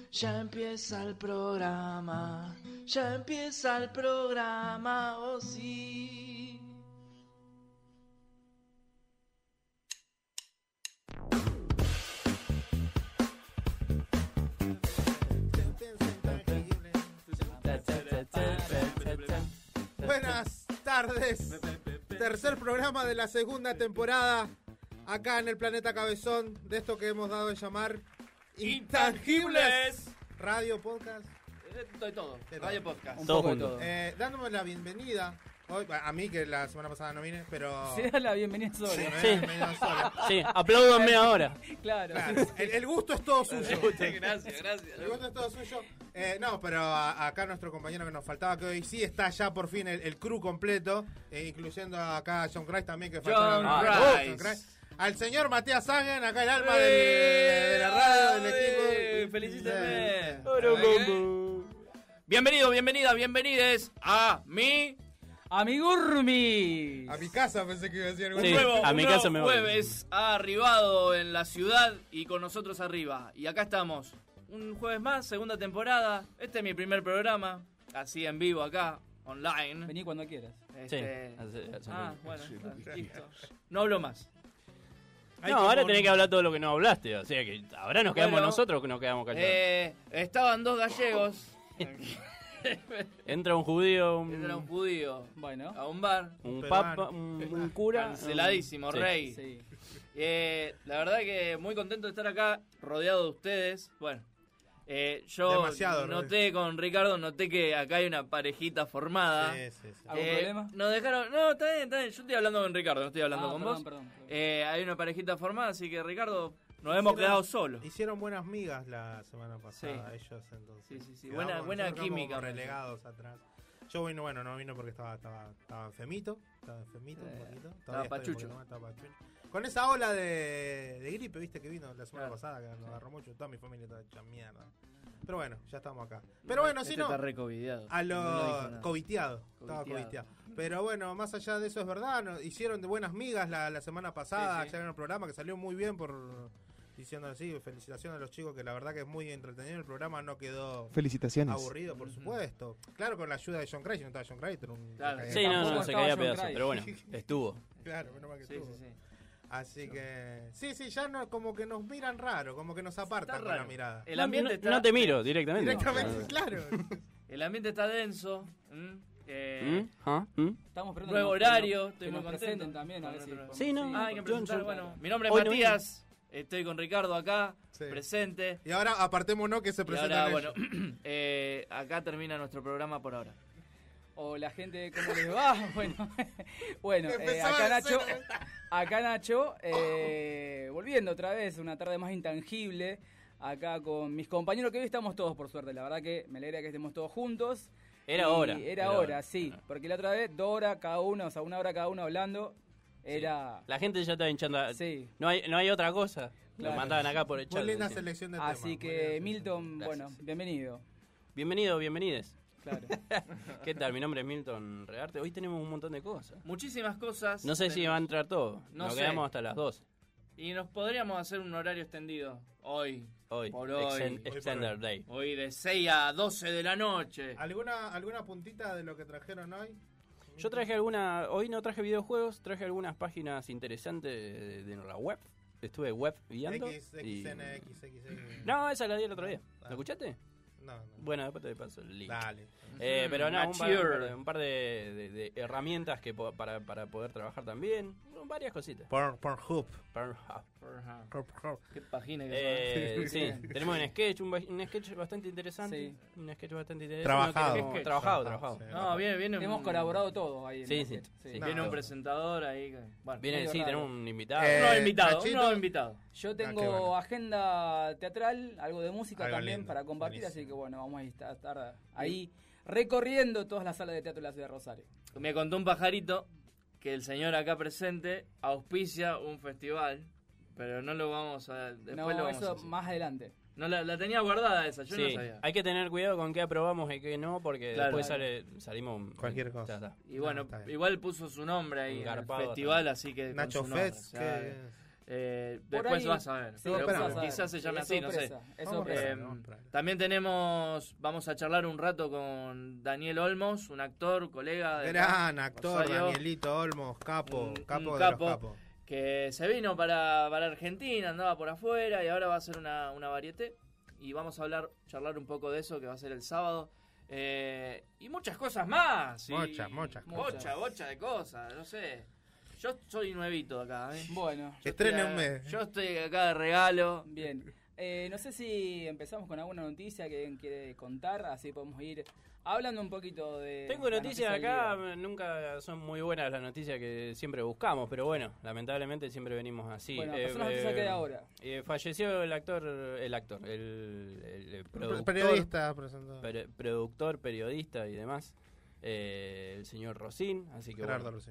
Ya empieza el programa, ya empieza el programa, oh sí. Buenas tardes, tercer programa de la segunda temporada acá en el Planeta Cabezón de esto que hemos dado a llamar Intangibles. Radio, podcast. De todo, radio podcast. Todo junto. Dándome la bienvenida hoy, a mí que la semana pasada no vine, pero... Se da la bienvenida solo. Sí, Sí, sí. apláudanme ahora. Claro. El gusto es todo suyo. Gracias. El gusto es todo suyo. No, pero acá nuestro compañero que nos faltaba, que hoy sí está ya por fin el crew completo, incluyendo acá a John Christ también, que faltó. John Christ. Al señor Matías Sagen, acá el alma de la radio, del equipo. ¡Felicítame! Bienvenides a mi... Amigurmi. A mi casa pensé que iba a decir algo. Sí, a mi casa me voy. Jueves ha arribado en la ciudad y con nosotros arriba. Y acá estamos. Un jueves más, segunda temporada. Este es mi primer programa. Así en vivo acá, online. Vení cuando quieras. Bueno, listo. No hablo más. No, ahora tenés que hablar todo lo que no hablaste. O sea que ahora nos quedamos nosotros que nos quedamos callados. Estaban dos gallegos. Entra un judío. Era un judío. Bueno. A un bar. Un papa, un cura. Canceladísimo, Sí. rey. Sí. La verdad que muy contento de estar acá, rodeado de ustedes. Bueno, yo Demasiado, noté con Ricardo, noté que acá hay una parejita formada. Sí. ¿Algún problema? Nos dejaron... No, está bien. Yo estoy hablando con Ricardo, no estoy hablando con vos. Perdón. Hay una parejita formada, así que Ricardo, nos hemos quedado solos. Hicieron buenas migas la semana pasada, ellos entonces. Sí. Quedamos Buena nosotros química. como relegados atrás. Yo no vino porque estaba enfermito. Estaba enfermito un poquito. Estaba Todavía pachucho. estoy un poquito más, estaba pachucho. Con esa ola de gripe, viste, que vino la semana pasada, que nos agarró mucho. Toda mi familia estaba hecha mierda. Pero bueno, ya estamos acá. Pero bueno, si no... Está recovidiado. A No dijo lo nada. coviteado. Estaba coviteado. Pero bueno, más allá de eso es verdad. Hicieron de buenas migas la semana pasada. Sí. Ya en el programa que salió muy bien por... Diciendo así, felicitaciones a los chicos, que la verdad que es muy entretenido. El programa no quedó Felicitaciones. aburrido, por supuesto. Claro, con la ayuda de John Christ, no estaba John Christ. Era un... Claro. Sí, no, Tampoco se estaba caía a John pedazos. Christ. Pero bueno, estuvo. Claro, menos mal que Sí. estuvo. Así que... Sí, ya no, como que nos miran raro, como que nos apartan Está con la raro. mirada. El ambiente está... No te miro directamente. Directamente, claro. El ambiente está denso. Estamos esperando Nuevo que horario, estoy que muy nos contento. presenten también, a ver si... Sí, ¿no? Hay que presentar, bueno. Mi nombre es Hoy no Matías, estoy con Ricardo acá, Sí. presente. Y ahora apartémonos que se Y presenten ahora, ellos. acá termina nuestro programa por ahora. Hola gente, ¿cómo les va? Bueno, Empezaba acá de Nacho, cero. volviendo otra vez, una tarde más intangible, acá con mis compañeros, que hoy estamos todos por suerte, la verdad que me alegra que estemos todos juntos. Era Y hora. Era hora, sí, porque la otra vez 2 horas cada uno, o sea, 1 hora cada uno hablando, era... La gente ya está hinchando. Sí. No hay otra cosa. Claro. Lo mandaban acá por el chat. Muy linda decían. selección de temas. Así muy que linda Milton, Gracias. bueno, bienvenido. Bienvenides. Claro. ¿Qué tal? Mi nombre es Milton Rearte. Hoy tenemos un montón de cosas. Muchísimas cosas. No sé si va a entrar todo. No Nos sé. quedamos hasta las 12. Y nos podríamos hacer un horario extendido. Hoy. Hoy. Por hoy. Extender hoy. Day. Hoy de 6 a 12 de la noche. ¿Alguna puntita de lo que trajeron hoy? Yo traje hoy no traje videojuegos, traje algunas páginas interesantes de la web. Estuve web viendo. XNXX. No, esa la di el otro día. ¿Lo escuchaste? No. Bueno, después te paso el link. Dale. Pero no, mature. un par de herramientas que para poder trabajar también. Varias cositas. Pornhub. Qué página que Sí, tenemos un sketch bastante interesante. Sí. Un sketch bastante interesante. Trabajado. Trabajado. Sí. No, viene Hemos un, colaborado todos ahí. Sí, en sí. el- Sí. Viene No. un presentador ahí. Bueno, Viene, medio sí, raro. tenemos un invitado. Eh, un nuevo invitado. Nachito. Un nuevo invitado. Yo qué tengo bueno. agenda teatral, algo de música Algo también lindo, para compartir, buenísimo. así que bueno, vamos a estar ahí recorriendo todas las salas de teatro de la ciudad de Rosario. Me contó un pajarito que el señor acá presente auspicia un festival. Pero no lo vamos a... Después No, lo vamos a eso hacer. más adelante. No, la tenía guardada esa, yo no Sí, sabía. hay que tener cuidado con qué aprobamos y qué no, porque Claro. después salimos... Cualquier cosa. Ya está. Y bueno, está bien. igual puso su nombre ahí en el Engarpado festival, así que Nacho con su nombre, Fest. o sea, Después ahí, vas a ver. sí, Pero vas a ver. quizás se llame Es así, no sé. sorpresa, es Vamos a sorpresa. ver, vamos a ver. También vamos a charlar un rato con Daniel Olmos, un actor, colega de Gran actor, Rosario, Danielito Olmos, capo, Un capo de capo. los capos. que se vino para Argentina, andaba por afuera y ahora va a hacer una varieté. Y vamos a charlar un poco de eso, que va a ser el sábado. Y muchas cosas más. Muchas. Bocha de cosas, no sé. Yo soy nuevito acá, ¿eh? Bueno, Estrénenme. Yo estoy acá de regalo. bien. No sé si empezamos con alguna noticia que alguien quiere contar, así podemos ir hablando un poquito de... Tengo la noticias noticia acá, del día. nunca son muy buenas las noticias que siempre buscamos, pero bueno, lamentablemente siempre venimos así. Bueno, pasó la noticia que hay ahora. Falleció el productor, Periodista presentador. productor, periodista y demás, el señor Rosín, así que Gerardo bueno, Lucín.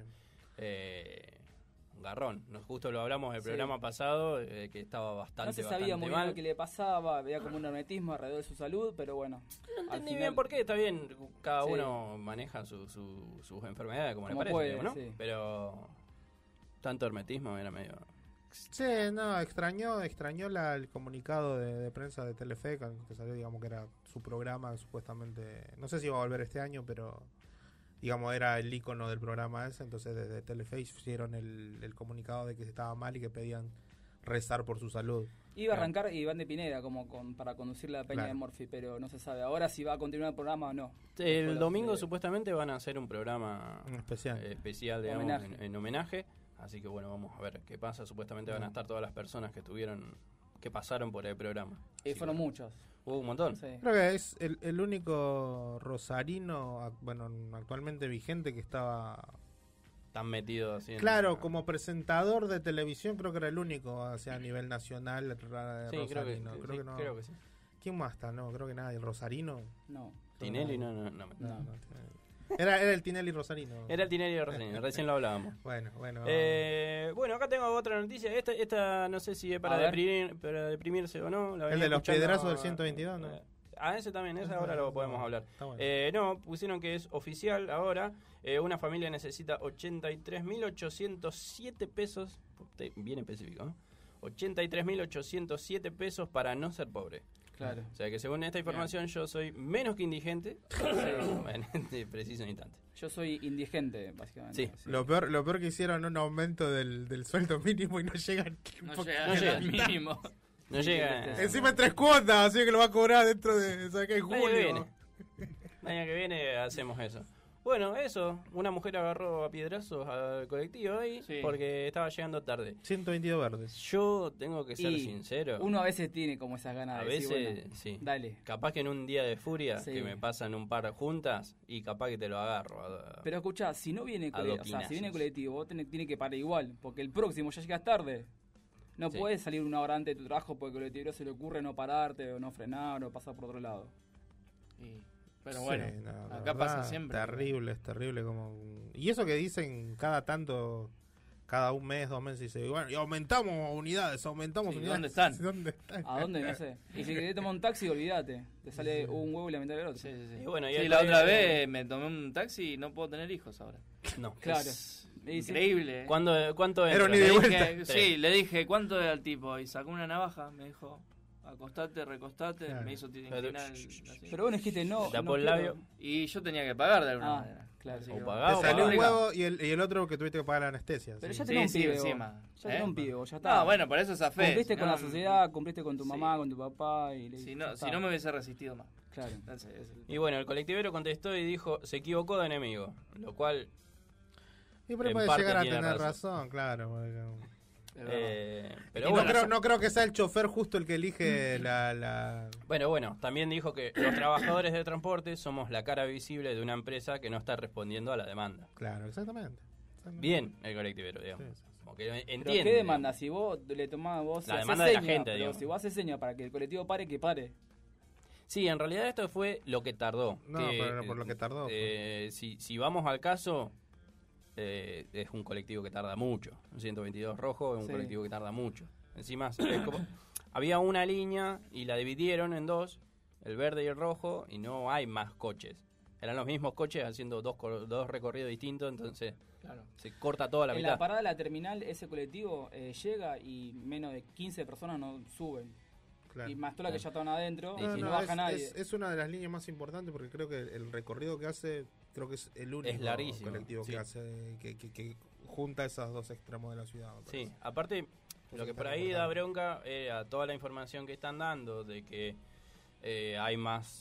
un garrón. Justo lo hablamos el Sí. programa pasado, que estaba bastante, No se sabía muy bien mal. lo que le pasaba, había como un hermetismo alrededor de su salud, pero bueno. No al entendí final- bien por qué, está bien, cada Sí. uno maneja sus enfermedades como le Como parece, puede, digamos, ¿no? sí. Pero tanto hermetismo era medio... Sí, no, extrañó el comunicado de prensa de Telefe, que salió, digamos, que era su programa, supuestamente, no sé si iba a volver este año, pero digamos, era el ícono del programa ese, entonces desde Telefe hicieron el comunicado de que estaba mal y que pedían rezar por su salud. Iba a arrancar Iván de Pineda para conducir la Peña Claro. de Morphy, pero no se sabe ahora si va a continuar el programa o no. El Bueno, domingo sí. supuestamente van a hacer un programa Especial. especial, digamos, Homenaje. en homenaje. Así que bueno, vamos a ver qué pasa. Supuestamente van a estar todas las personas que pasaron por el programa. Y Así fueron que muchos. hubo un montón. Sí. Creo que es el único rosarino, bueno, actualmente vigente que estaba... Están metidos así. Claro, como presentador de televisión creo que era el único, o sea, a nivel nacional, Sí, rosarino. Creo que no. creo que sí. ¿Quién más está? No, creo que nadie. ¿El rosarino? No. Tinelli no. No, Era el Tinelli rosarino. Era el Tinelli de Rosario, recién lo hablábamos. Bueno. Bueno, acá tengo otra noticia. Esta no sé si es para A ver. deprimirse o no. La El venía de los escuchando, piedrazos del 122, ¿no? Ese también, ese ahora lo podemos hablar. Está bueno. No, pusieron que es oficial ahora. Una familia necesita 83.807 pesos. Bien específico, ¿no? 83.807 pesos para no ser pobre. Claro. O sea que según esta información yo soy menos que indigente en este preciso instante. Yo soy indigente, básicamente. Sí. Lo peor que hicieron un aumento del sueldo mínimo y no llegan. No llega No al llega. mínimo. No llega. Encima en 3 cuotas, así que lo va a cobrar dentro de, ¿sabes qué? En El año que julio. viene. El año que viene hacemos eso. Bueno, eso. Una mujer agarró a piedrazos al colectivo ahí Sí. porque estaba llegando tarde. 122 verdes. Yo tengo que ser Y sincero. Uno a veces tiene como esas ganas A de decir, veces, bueno, sí. dale. Capaz que en un día de furia Sí. que me pasan un par juntas y capaz que te lo agarro. Pero escuchá, si no viene si viene Adoquinazos. colectivo, vos tiene que parar igual, porque el próximo ya llegas tarde. No Sí. puedes salir una hora antes de tu trabajo porque al colectivo se le ocurre no pararte o no frenar o pasar por otro lado. Pero bueno, Sí, no, la acá verdad, pasa siempre. Es terrible como... Y eso que dicen cada tanto, cada un mes, 2 meses, dice, bueno, y aumentamos unidades, Sí, unidades. ¿dónde están? ¿Dónde están? ¿A dónde? No sé. Y si querés tomar un taxi, olvídate. Te sale un huevo y la mitad del otro. Sí, sí, sí. Y bueno, y Sí, el la día- otra vez me tomé un taxi y no puedo tener hijos ahora. No. Claro. Es Y sí. increíble. ¿Cuánto Era un entra? ida y Le vuelta. dije, sí, le dije, ¿cuánto era el tipo? Y sacó una navaja, me dijo, acostate, recostate, Claro. me hizo inclinar así. Pero vos dijiste no. Te tapó no el quiero- labio. Y yo tenía que pagar de alguna Ah, manera. claro. Así O que, pagado, Te salió un complicado. huevo y el otro que tuviste que pagar la anestesia. Pero sí. ya Sí, tenés un sí, pibe. encima. Vos. Ya tenés un pibe, vos, ya está. No, bueno, por eso esa fe. Cumpliste con la sociedad, cumpliste con tu Sí. mamá, con tu papá. Y Si ya no, está. si no me hubiese resistido más. Claro. Entonces, es el- Y bueno, el colectivero contestó y dijo, se equivocó de enemigo. Lo cual, Y pero en puede parte llegar a tiene tener razón. razón, claro. porque- es verdad. pero Y bueno, no creo que sea el chofer justo el que elige la... bueno, también dijo que los trabajadores de transporte somos la cara visible de una empresa que no está respondiendo a la demanda. Claro, exactamente. Bien el colectivero, digamos. Sí, sí, sí. Como que Pero entiende. ¿qué demanda? Si vos le tomás, vos La hacés demanda de la seña, gente, pero digamos. si vos haces seña para que el colectivo pare, que pare. Sí, en realidad esto fue lo que tardó. No, pero por lo que tardó, Si vamos al caso, es un colectivo que tarda mucho. Un 122 rojo es un Sí. colectivo que tarda mucho. Encima, es como- había una línea y la dividieron en dos, el verde y el rojo, y no hay más coches. Eran los mismos coches haciendo dos recorridos distintos, entonces Claro. se corta toda la En mitad. la parada de la terminal, ese colectivo llega y menos de 15 personas no suben. Claro. Y más todas las que ya estaban adentro, Sí, y sí. no baja nadie. es una de las líneas más importantes porque creo que el recorrido que hace, creo que es el único Es larguísimo, colectivo sí. que hace, que junta esos dos extremos de la ciudad. me Sí, parece. aparte, lo que está por ahí da importante. bronca a toda la información que están dando de que hay más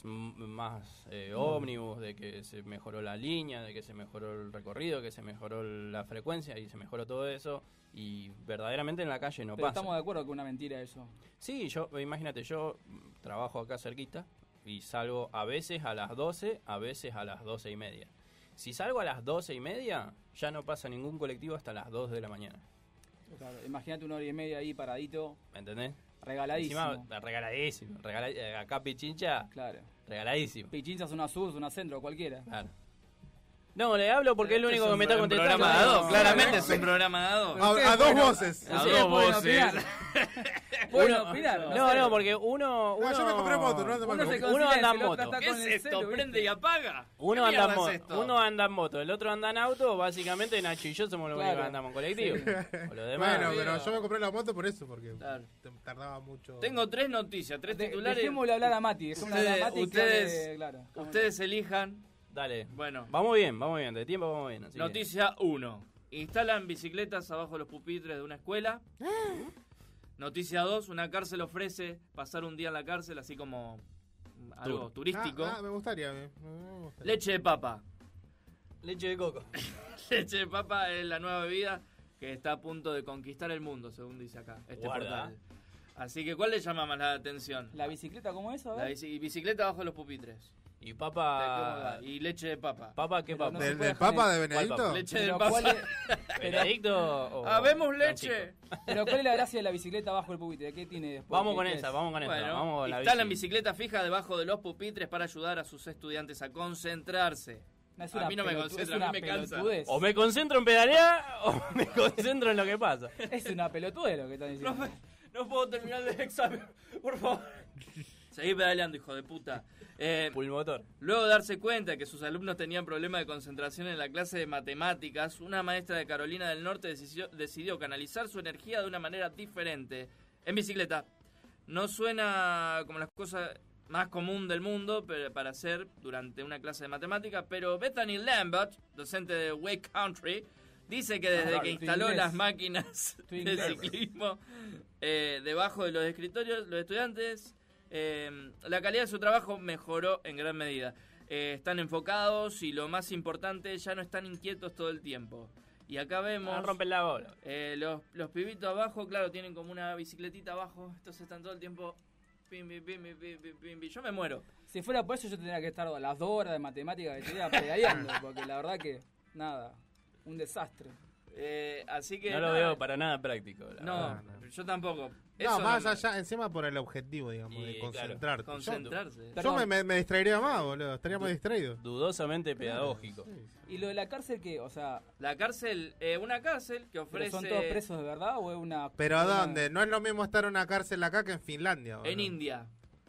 ómnibus, de que se mejoró la línea, de que se mejoró el recorrido, que se mejoró la frecuencia y se mejoró todo eso. Y verdaderamente en la calle no Pero pasa. estamos de acuerdo que es una mentira eso. Sí, imagínate, yo trabajo acá cerquita y salgo a veces a las 12, a veces a las 12:30. Si salgo a las 12:30, ya no pasa ningún colectivo hasta las 2 de la mañana. Claro, imagínate 1 hora y media ahí paradito, ¿Me entendés? regaladísimo. Encima, regaladísimo. Acá Pichincha, Claro. regaladísimo. Pichincha, zona sur, zona centro, cualquiera. Claro. No, le hablo porque es lo único Es que un me está un contestando. programa de a dos, No, claramente no, es un programa de a dos. A dos voces. A Ustedes dos pueden voces. opinar. Pueden opinar, No, sé. no, porque uno No, yo me compré moto, no ando Uno mal se con- con uno anda en silencio, el otro moto. está ¿Qué con es el esto? celu, ¿Prende ¿viste? y apaga? Uno ¿Qué anda en mierda moto, es esto? uno anda en moto, el otro anda en auto, básicamente Nacho y yo somos los únicos Claro. que andamos en colectivo. O los demás. Bueno, pero yo me compré la moto por eso, porque Claro. tardaba mucho. Tengo tres noticias, tres titulares. Dejémosle hablar a Mati. Dejémosle hablar a Mati que Ustedes- hable, claro. Ustedes elijan. Dale. Bueno, Vamos bien, de tiempo vamos bien. Así que- noticia 1. Instalan bicicletas abajo de los pupitres de una escuela. Noticia 2. Una cárcel ofrece pasar un día en la cárcel, así como algo Tour. turístico. Me gustaría. me gustaría. Leche de papa. Leche de coco. Leche de papa es la nueva bebida que está a punto de conquistar el mundo, según dice acá este Guarda. portal. Así que, ¿cuál le llama más la atención? ¿La bicicleta cómo es? A La ver. bicicleta abajo de los pupitres. Y papa. Y leche de papa. ¿Papa qué Pero papa? no se ¿Del, puede del dejar Papa en- de Benedicto? papa? Leche de Pero papa. ¿cuál es, ¿Benedicto o ¡Habemos Francisco? leche! pero ¿cuál es la gracia de la bicicleta bajo el pupitre? ¿Qué tiene después? Vamos ¿Qué- con qué esa, es? vamos con esa. Bueno, Vamos con la instalan bici. bicicleta fija debajo de los pupitres para ayudar a sus estudiantes a concentrarse. No, es A una mí no me pelotu- concentra, es a mí una me cansa. pelotudez. O me concentro en pedalear o me concentro en lo que pasa. Es una pelotudez lo que están diciendo. Profe, no puedo terminar el examen, por favor. Seguí pedaleando, hijo de puta. Pulmotor. Luego de darse cuenta de que sus alumnos tenían problemas de concentración en la clase de matemáticas, una maestra de Carolina del Norte decidió canalizar su energía de una manera diferente. En bicicleta. No suena como las cosas más común del mundo para hacer durante una clase de matemáticas, pero Bethany Lambert, docente de Wake Country, dice que desde Claro, que tu instaló inglés. las máquinas Tu de inglés. ciclismo debajo de los escritorios, los estudiantes, la calidad de su trabajo mejoró en gran medida. Están enfocados y lo más importante, ya no están inquietos todo el tiempo. Y acá vemos No rompen la bola. los pibitos abajo, claro, tienen como una bicicletita abajo, entonces están todo el tiempo pim, pim, pim, pim, pim, pim, pim, pim. Yo me muero. Si fuera por eso yo tendría que estar a las 2 horas de matemática que estuviera pedaleando, porque la verdad que, nada, un desastre. Así que No lo nada, veo para nada práctico. la no, verdad. yo tampoco. No, Eso más me- allá, encima por el objetivo, digamos, Y, de claro, concentrarte. concentrarse. Yo Perdón. me distraería más, boludo. Estaría más distraído. Dudosamente pedagógico. ¿Y lo de la cárcel qué? O sea, La cárcel, una cárcel que ¿pero ofrece ¿son todos presos de verdad o es una... ¿Pero a una- dónde? No es lo mismo estar en una cárcel acá que en Finlandia, boludo. en India.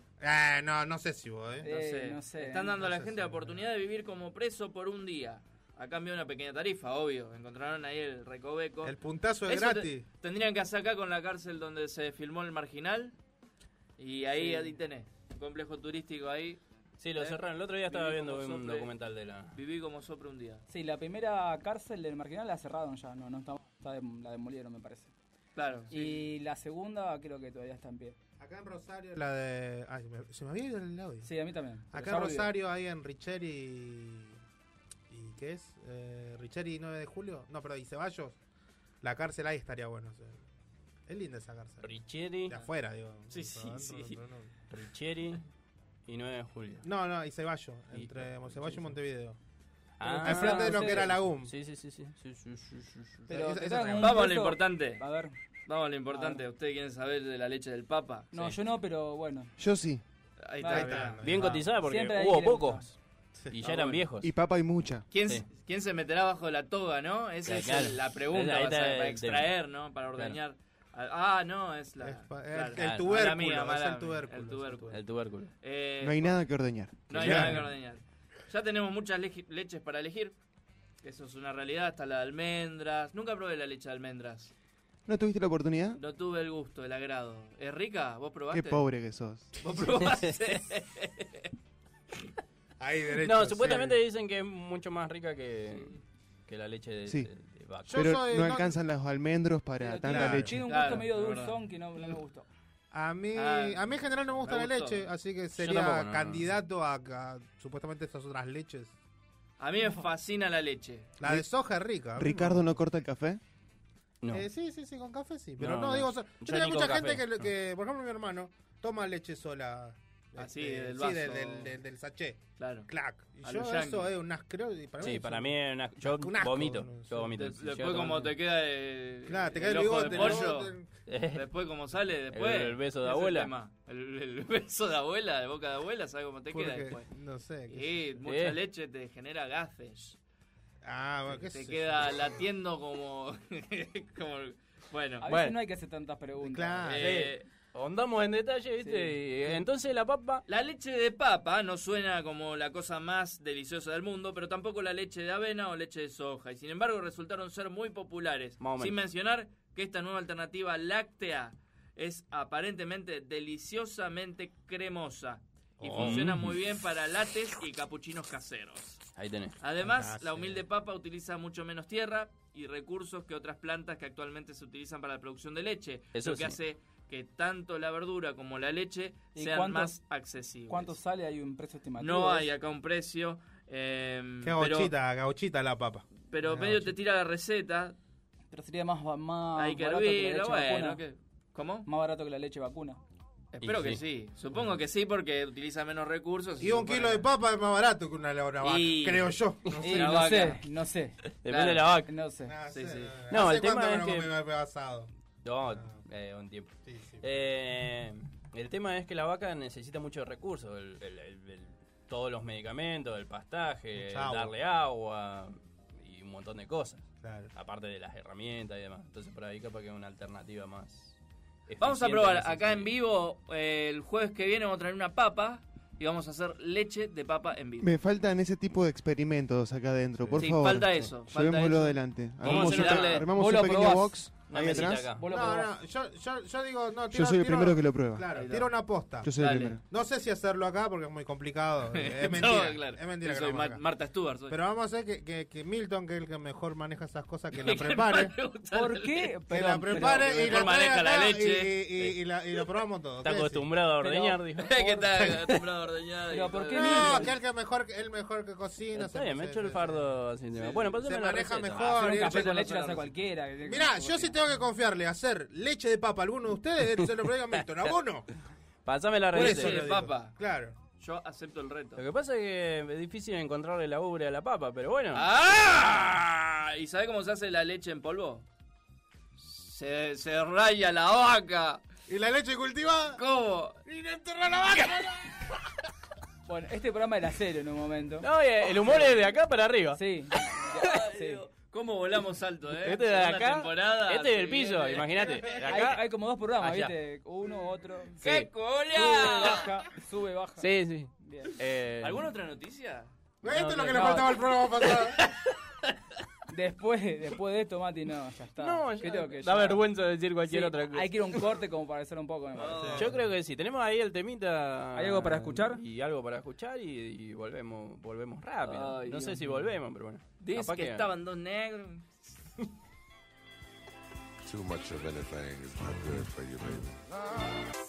No sé si vos, No sé. no sé. Están dando a la sé gente la si- oportunidad de vivir como preso por un día. A cambio de una pequeña tarifa, obvio. Encontraron ahí el recoveco. El puntazo es Eso gratis. tendrían que hacer acá con la cárcel donde se filmó El Marginal. Y ahí, Sí. ahí tenés. Un complejo turístico ahí. Sí, lo cerraron. El otro día estaba Viví viendo como un sople. documental de la... Viví como sopre un día. Sí, la primera cárcel del Marginal la cerraron ya, no está, la demolieron me parece. Claro. sí. Y la segunda creo que todavía está en pie. Acá en Rosario, la de. Ay, se me había ido el audio. Sí, a mí también. pero Acá ya en volvió. Rosario, ahí en Richeri. ¿Y qué es? Richeri 9 de julio. No, perdón, y Ceballos. La cárcel ahí estaría bueno. O sea, es linda esa cárcel. Richieri, De afuera, digo. Sí, Pero sí, adentro, sí. adentro no. Richieri y 9 de julio. No, y Ceballos. Y- Entre Ceballos y sí. Montevideo. Ah, Enfrente de lo sí. que era la UM. Sí. Pero Esa- te esa dan es un Vamos a lo preso- importante. A ver, Vamos a lo importante. A ver. ¿Ustedes quieren saber de la leche del Papa? no, Sí. yo no, pero bueno. Yo sí. Ahí Ahí está. está. Bien Ah. cotizada porque Siempre hay hubo que le pocos y ya eran bueno. viejos. Y papa hay mucha. ¿Quién, Sí. ¿Quién se meterá bajo la toga, no? Esa Claro. es la pregunta. Ahí vas está a- para el extraer, ¿no? Para ordeñar. No, es la. El claro. tubérculo, Mala mía, es mala el mía, tubérculo. el tubérculo. El tubérculo. Eh, No hay nada que ordeñar. No hay Claro. nada que ordeñar. Ya tenemos muchas leches para elegir. Eso es una realidad. Está la de almendras. Nunca probé la leche de almendras. ¿No tuviste la oportunidad? No tuve el gusto, el agrado. ¿Es rica? ¿Vos probaste? Qué pobre que sos. ¿Vos probaste? Ahí derecho. No, supuestamente dicen que es mucho más rica que la leche de, Sí. de vaca. Yo Pero soy- no no- alcanzan los almendros para Pero tanta claro. leche. Tiene un Claro, gusto medio es verdad. dulzón que no me gustó. A mí Ah, en general no me gusta me la gustó. leche, así que sería tampoco, no. candidato a supuestamente estas otras leches. A mí me fascina la leche. La de soja es rica. a mí ¿Ricardo no corta el café? No. Sí, con café sí. Pero No, no, no. digo, Yo yo tengo ni mucha con gente café, no. que, por ejemplo, mi hermano toma leche sola. Así, este, del sí, vaso. del sachet. Claro. Clac. Y A yo lo eso yankee. es un asco. Y para Sí, mí para es mí es una... Yo un asco, vomito. no sé. Yo vomito. Si Después llego a como tomar- te queda el, Claro, te queda el ojo bigote. de el pollo. bigote. Después como sale, después. El beso de ese es abuela. tema. El beso de abuela, de boca de abuela, ¿sabes cómo te queda Porque, después? no sé. Y mucha leche te genera gases. Bueno, qué Te sé queda yo. latiendo como... Bueno. A veces Bueno. no hay que hacer tantas preguntas. Claro. Ahondamos en detalle, ¿viste? Y entonces la papa... La leche de papa no suena como la cosa más deliciosa del mundo, pero tampoco la leche de avena o leche de soja. Y sin embargo resultaron ser muy populares. Más o menos. Sin mencionar que esta nueva alternativa láctea es aparentemente deliciosamente cremosa. Y funciona muy bien para lates y capuchinos caseros. Ahí tenés. Además, Ah, la sí. humilde papa utiliza mucho menos tierra y recursos que otras plantas que actualmente se utilizan para la producción de leche. Eso lo que sí. hace que tanto la verdura como la leche ¿Y sean cuánto- más accesibles. ¿Cuánto sale? ¿Hay un precio estimativo? No hay acá un precio. Qué pero gauchita la papa. pero Qué medio gauchita. te tira la receta. Pero sería más hay que barato que la hervirla. leche Bueno, vacuna. ¿qué? ¿Cómo? Más barato que la leche vacuna. Espero que sí. Supongo que sí porque utiliza menos recursos. Y un kilo de papa es más barato que una vaca, Y- creo yo. No Y sé. la no vaca. sé, no sé, Depende de la vaca. no sé. No Sí, sé, sí. No, ¿Hace el tema cuánto es no que- comí asado? No, un tiempo. Sí, sí. El tema es que la vaca necesita muchos recursos. Todos los medicamentos, el pastaje, Mucha agua. darle agua y un montón de cosas. Claro. Aparte de las herramientas y demás. Entonces por ahí capaz que es una alternativa más... Vamos a eficiente probar en ese acá en sentido. vivo. El jueves que viene vamos a traer una papa y vamos a hacer leche de papa en vivo. Me faltan ese tipo de experimentos acá adentro, por Sí, favor. falta eso. Falta Llevémoslo eso. adelante. Vamos a darle- Armamos vos un lo pequeño probás. box Una ahí mesita atrás. acá. Vos lo No, probás. no, yo digo, no, Yo soy el primero que lo prueba. Claro, Ahí tiro está. una posta. Yo soy Dale. el primero. No sé si hacerlo acá porque es muy complicado. Es No, mentira. claro. Es mentira Yo que soy lo haga acá. Marta Stewart. Soy. Pero vamos a hacer que Milton, que es el que mejor maneja esas cosas, que la prepare. ¿Por qué? Que la prepare pero y la mejor maneja traiga la acá leche. y lo probamos todo. Está ¿Qué decís? acostumbrado a ordeñar, dijo. ¿Qué tal? Acostumbrado a ordeñar y Pero ¿por todo. qué No, que el mejor que cocina. Está bien, me echo el fardo así. Bueno, pásame Se la maneja receta. mejor. Hacer un y café el- con leche lo hace cualquiera. Mirá, yo sí tengo que confiarle a hacer leche de papa a alguno de ustedes, se lo prueba a Milton. ¿A vos no? Pásame la Por receta. eso de lo digo. papa. Claro. Yo acepto el reto. Lo que pasa es que es difícil encontrarle la ubre a la papa, pero bueno. ¡Ah! ¿Y sabe cómo se hace la leche en polvo? Se raya la vaca. ¿Y la leche cultivada? ¿Cómo? ¡Y le enterró la vaca! Bueno, este programa era cero en un momento. No, el humor es de acá para arriba. Sí. Sí. ¿Cómo volamos alto, eh? Este de Una acá, temporada, este del se piso, viene. imagínate. De Hay, acá. hay como dos programas, allá. ¿viste? Uno, otro. ¡Qué Sí. cola! Sube, baja. Sí, sí. Bien. ¿Alguna otra noticia? Esto es lo que le no. faltaba al programa pasado. Después de esto, Mati, no, ya está. No, ¿Qué ya, tengo que da ya? vergüenza decir cualquier Sí, otra cosa. hay que ir a un corte como para hacer un poco, me parece. Yo creo que sí. Tenemos ahí el temita. ¿Hay algo para escuchar? Y algo para escuchar y volvemos rápido. Ay, no sé Dios si mío. volvemos, pero bueno. Dice Capaz que estaban dos negros. Too much of anything is not good for you, baby.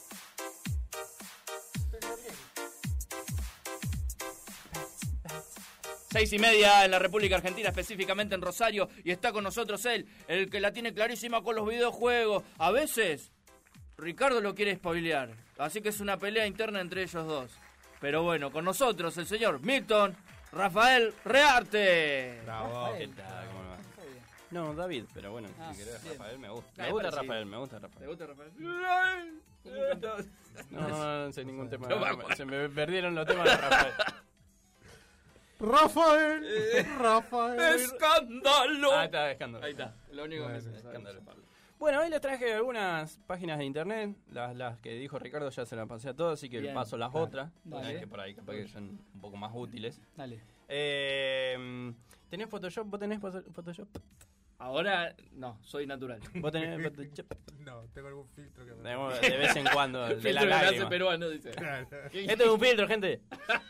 6:30 en la República Argentina, específicamente en Rosario, y está con nosotros él, el que la tiene clarísima con los videojuegos. A veces, Ricardo lo quiere spoilear, así que es una pelea interna entre ellos dos. Pero bueno, con nosotros el señor Milton Rafael Rearte. Bravo. ¿Qué tal? ¿Cómo le va? No, David, pero bueno, Ah, si querés bien. Rafael me gusta. Ah, Me es gusta parecido. Rafael, me gusta Rafael. ¿Te gusta, Rafael? No sé ningún tema. No me acuerdo. Se me perdieron los temas de Rafael. Rafael. ¡Escándalo! Ah, está, escándalo. Ahí está, lo único que me sé. Escándalo. Bueno, hoy les traje algunas páginas de internet. Las que dijo Ricardo ya se las pasé a todos, así que Bien, paso las claro. otras. Dale. Que por ahí capaz que son un poco más útiles. Dale. ¿Tenés Photoshop? ¿Vos tenés Photoshop? Ahora, no, soy natural. ¿Vos tenés Photoshop? No, tengo algún filtro que me... De vez en cuando, de Filtro la que me hace lágrima. peruano, dice. Esto es un filtro, gente.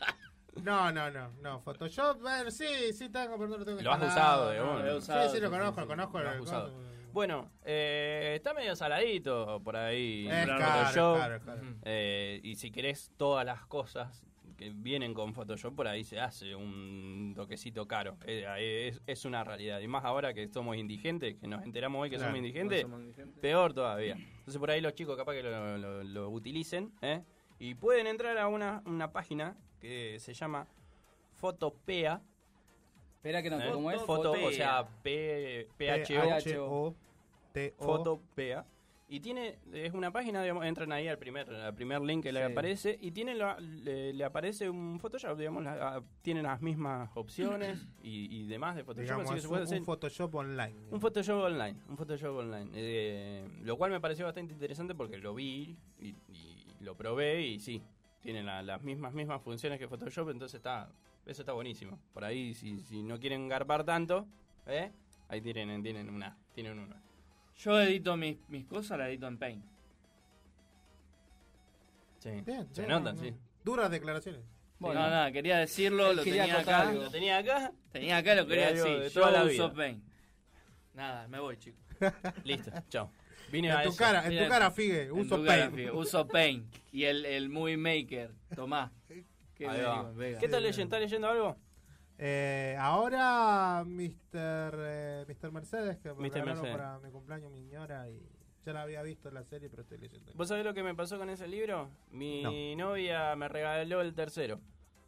No, Photoshop, bueno, sí, tengo, pero no lo tengo que Lo has instalar, usado, digamos. Lo he usado, Sí, lo sí, conozco, sí, conozco. Lo has el- usado. Bueno, está medio saladito por ahí. Es el caro, Photoshop. caro. Y si querés todas las cosas que vienen con Photoshop, por ahí se hace un toquecito caro. Es una realidad. Y más ahora que somos indigentes, que nos enteramos hoy que Claro, somos indigentes, No somos indigentes. peor todavía. Entonces por ahí los chicos capaz que lo utilicen, ¿eh? Y pueden entrar a una página que se llama Photopea. Espera que no, ¿eh? ¿cómo es? Foto, Photopea. o sea, PHO. P-H-O-T-O. Photopea. Y es una página, digamos, entran ahí al primer link que le Sí. aparece y le aparece un Photoshop, digamos, tienen las mismas opciones y demás de Photoshop, Digamos, así que es se puede hacer un Photoshop online. un Photoshop online. Lo cual me pareció bastante interesante porque lo vi y lo probé y sí, tienen las mismas funciones que Photoshop, entonces eso está buenísimo. Por ahí, si no quieren garpar tanto, ahí tienen una. Yo edito mis cosas, las edito en Paint. Sí. Bien, Se bien, notan, bien. sí. Duras declaraciones. Bueno. No, nada, quería decirlo, lo Quería tenía acotar acá. algo. Lo tenía acá. Tenía acá, lo quería Algo decir. de Yo toda la uso vida. Paint. Nada, me voy, chicos. Listo, chao. Vine En a tu eso. cara, en Mira, tu cara, Figue. En Uso tu cara, Paint. fíjate, uso Paint. Y el Movie Maker, tomá. ¿Qué Ahí me va. digo, Vega? ¿Qué estás leyendo? ¿Estás leyendo algo? Ahora Mr. Mercedes, que me Mr. regalaron Mercedes. para mi cumpleaños, mi señora, y ya la había visto en la serie, pero estoy leyendo. ¿Vos sabés lo que me pasó con ese libro? Mi No. novia me regaló el tercero.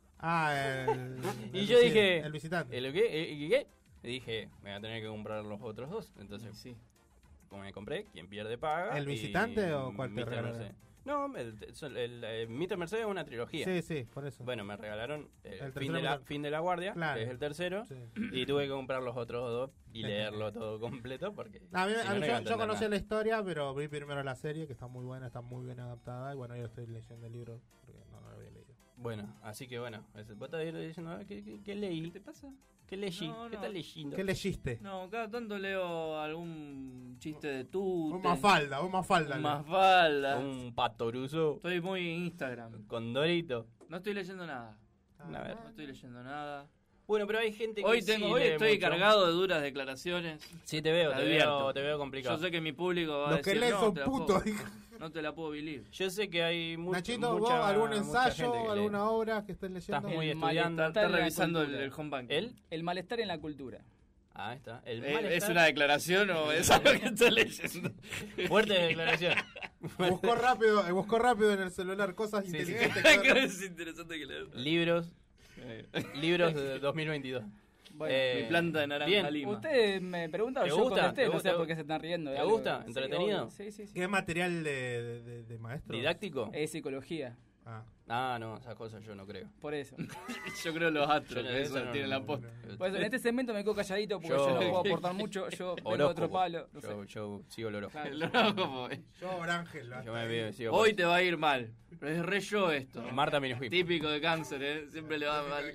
El Y yo dije, el visitante. ¿El qué? Y dije, me voy a tener que comprar los otros dos. Entonces, Sí. como me compré, quien pierde paga. ¿El y visitante o cuál te Mr. regalaron? Mercedes. No, el Mr. Mercedes es una trilogía. Sí, por eso. Bueno, me regalaron El fin, tercero fin de la Guardia, Claro. que es el tercero, Sí. y tuve que comprar los otros dos y leerlo todo completo porque A mí, si no, no iba a yo entender conocía nada. la historia, pero vi primero la serie, que está muy buena, está muy bien adaptada, y bueno, yo estoy leyendo el libro, porque no lo había leído. Bueno, así que bueno, vos estás diciendo, ¿qué leí? ¿Qué te pasa? ¿Qué leí? No, ¿Qué no. estás leyendo? ¿Qué leíste? No, cada tanto leo algún chiste de tú. Un Mafalda. Más falda. Un patoruso Estoy muy en Instagram. con Dorito. No estoy leyendo nada. A ver. No estoy leyendo nada. Bueno, pero hay gente que Hoy sí hoy lee estoy mucho. cargado de duras declaraciones. Sí, te veo, Te advierto. te veo complicado. Yo sé que mi público va a Los que decir, leen no, son te la putos. puedo- dijo. no te la puedo believe. Yo sé que hay Nachito, ¿vos mucha algún mucha ensayo, gente que alguna obra que estés leyendo? Estás muy El estudiando. malestar Está en la revisando cultura. el home banking. ¿Él? El malestar en la cultura. Ah, está. El ¿Es malestar. una declaración o es algo que estoy leyendo? Fuerte declaración. Buscó rápido en el celular cosas Sí, inteligentes. Creo que- que es interesante que leer. Libros de 2022. Bueno, Mi planta de naranja bien. lima. Ustedes me preguntaron, ¿Te yo gusta? contesté, ¿Te no sé gusta? por qué se están riendo. de ¿Te algo. gusta? Sí, ¿Entretenido? obvio. Sí. ¿Qué material de maestro? ¿Didáctico? Es psicología, Ah. Ah, no, esas cosas yo no creo. por eso. Yo creo los astros, Yo que eso eso no- tienen la posta. Por eso, en este segmento me quedo calladito porque Yo- yo, no puedo aportar mucho. Yo vengo de otro Horóscopo. palo. No sé. Yo sigo el horóscopo. Claro. El horóscopo. Yo, Orángel. Yo me veo, sigo Hoy te va a ir mal. Pero es re yo esto. Marta Minujín. Típico de cáncer, ¿eh? Siempre le va mal.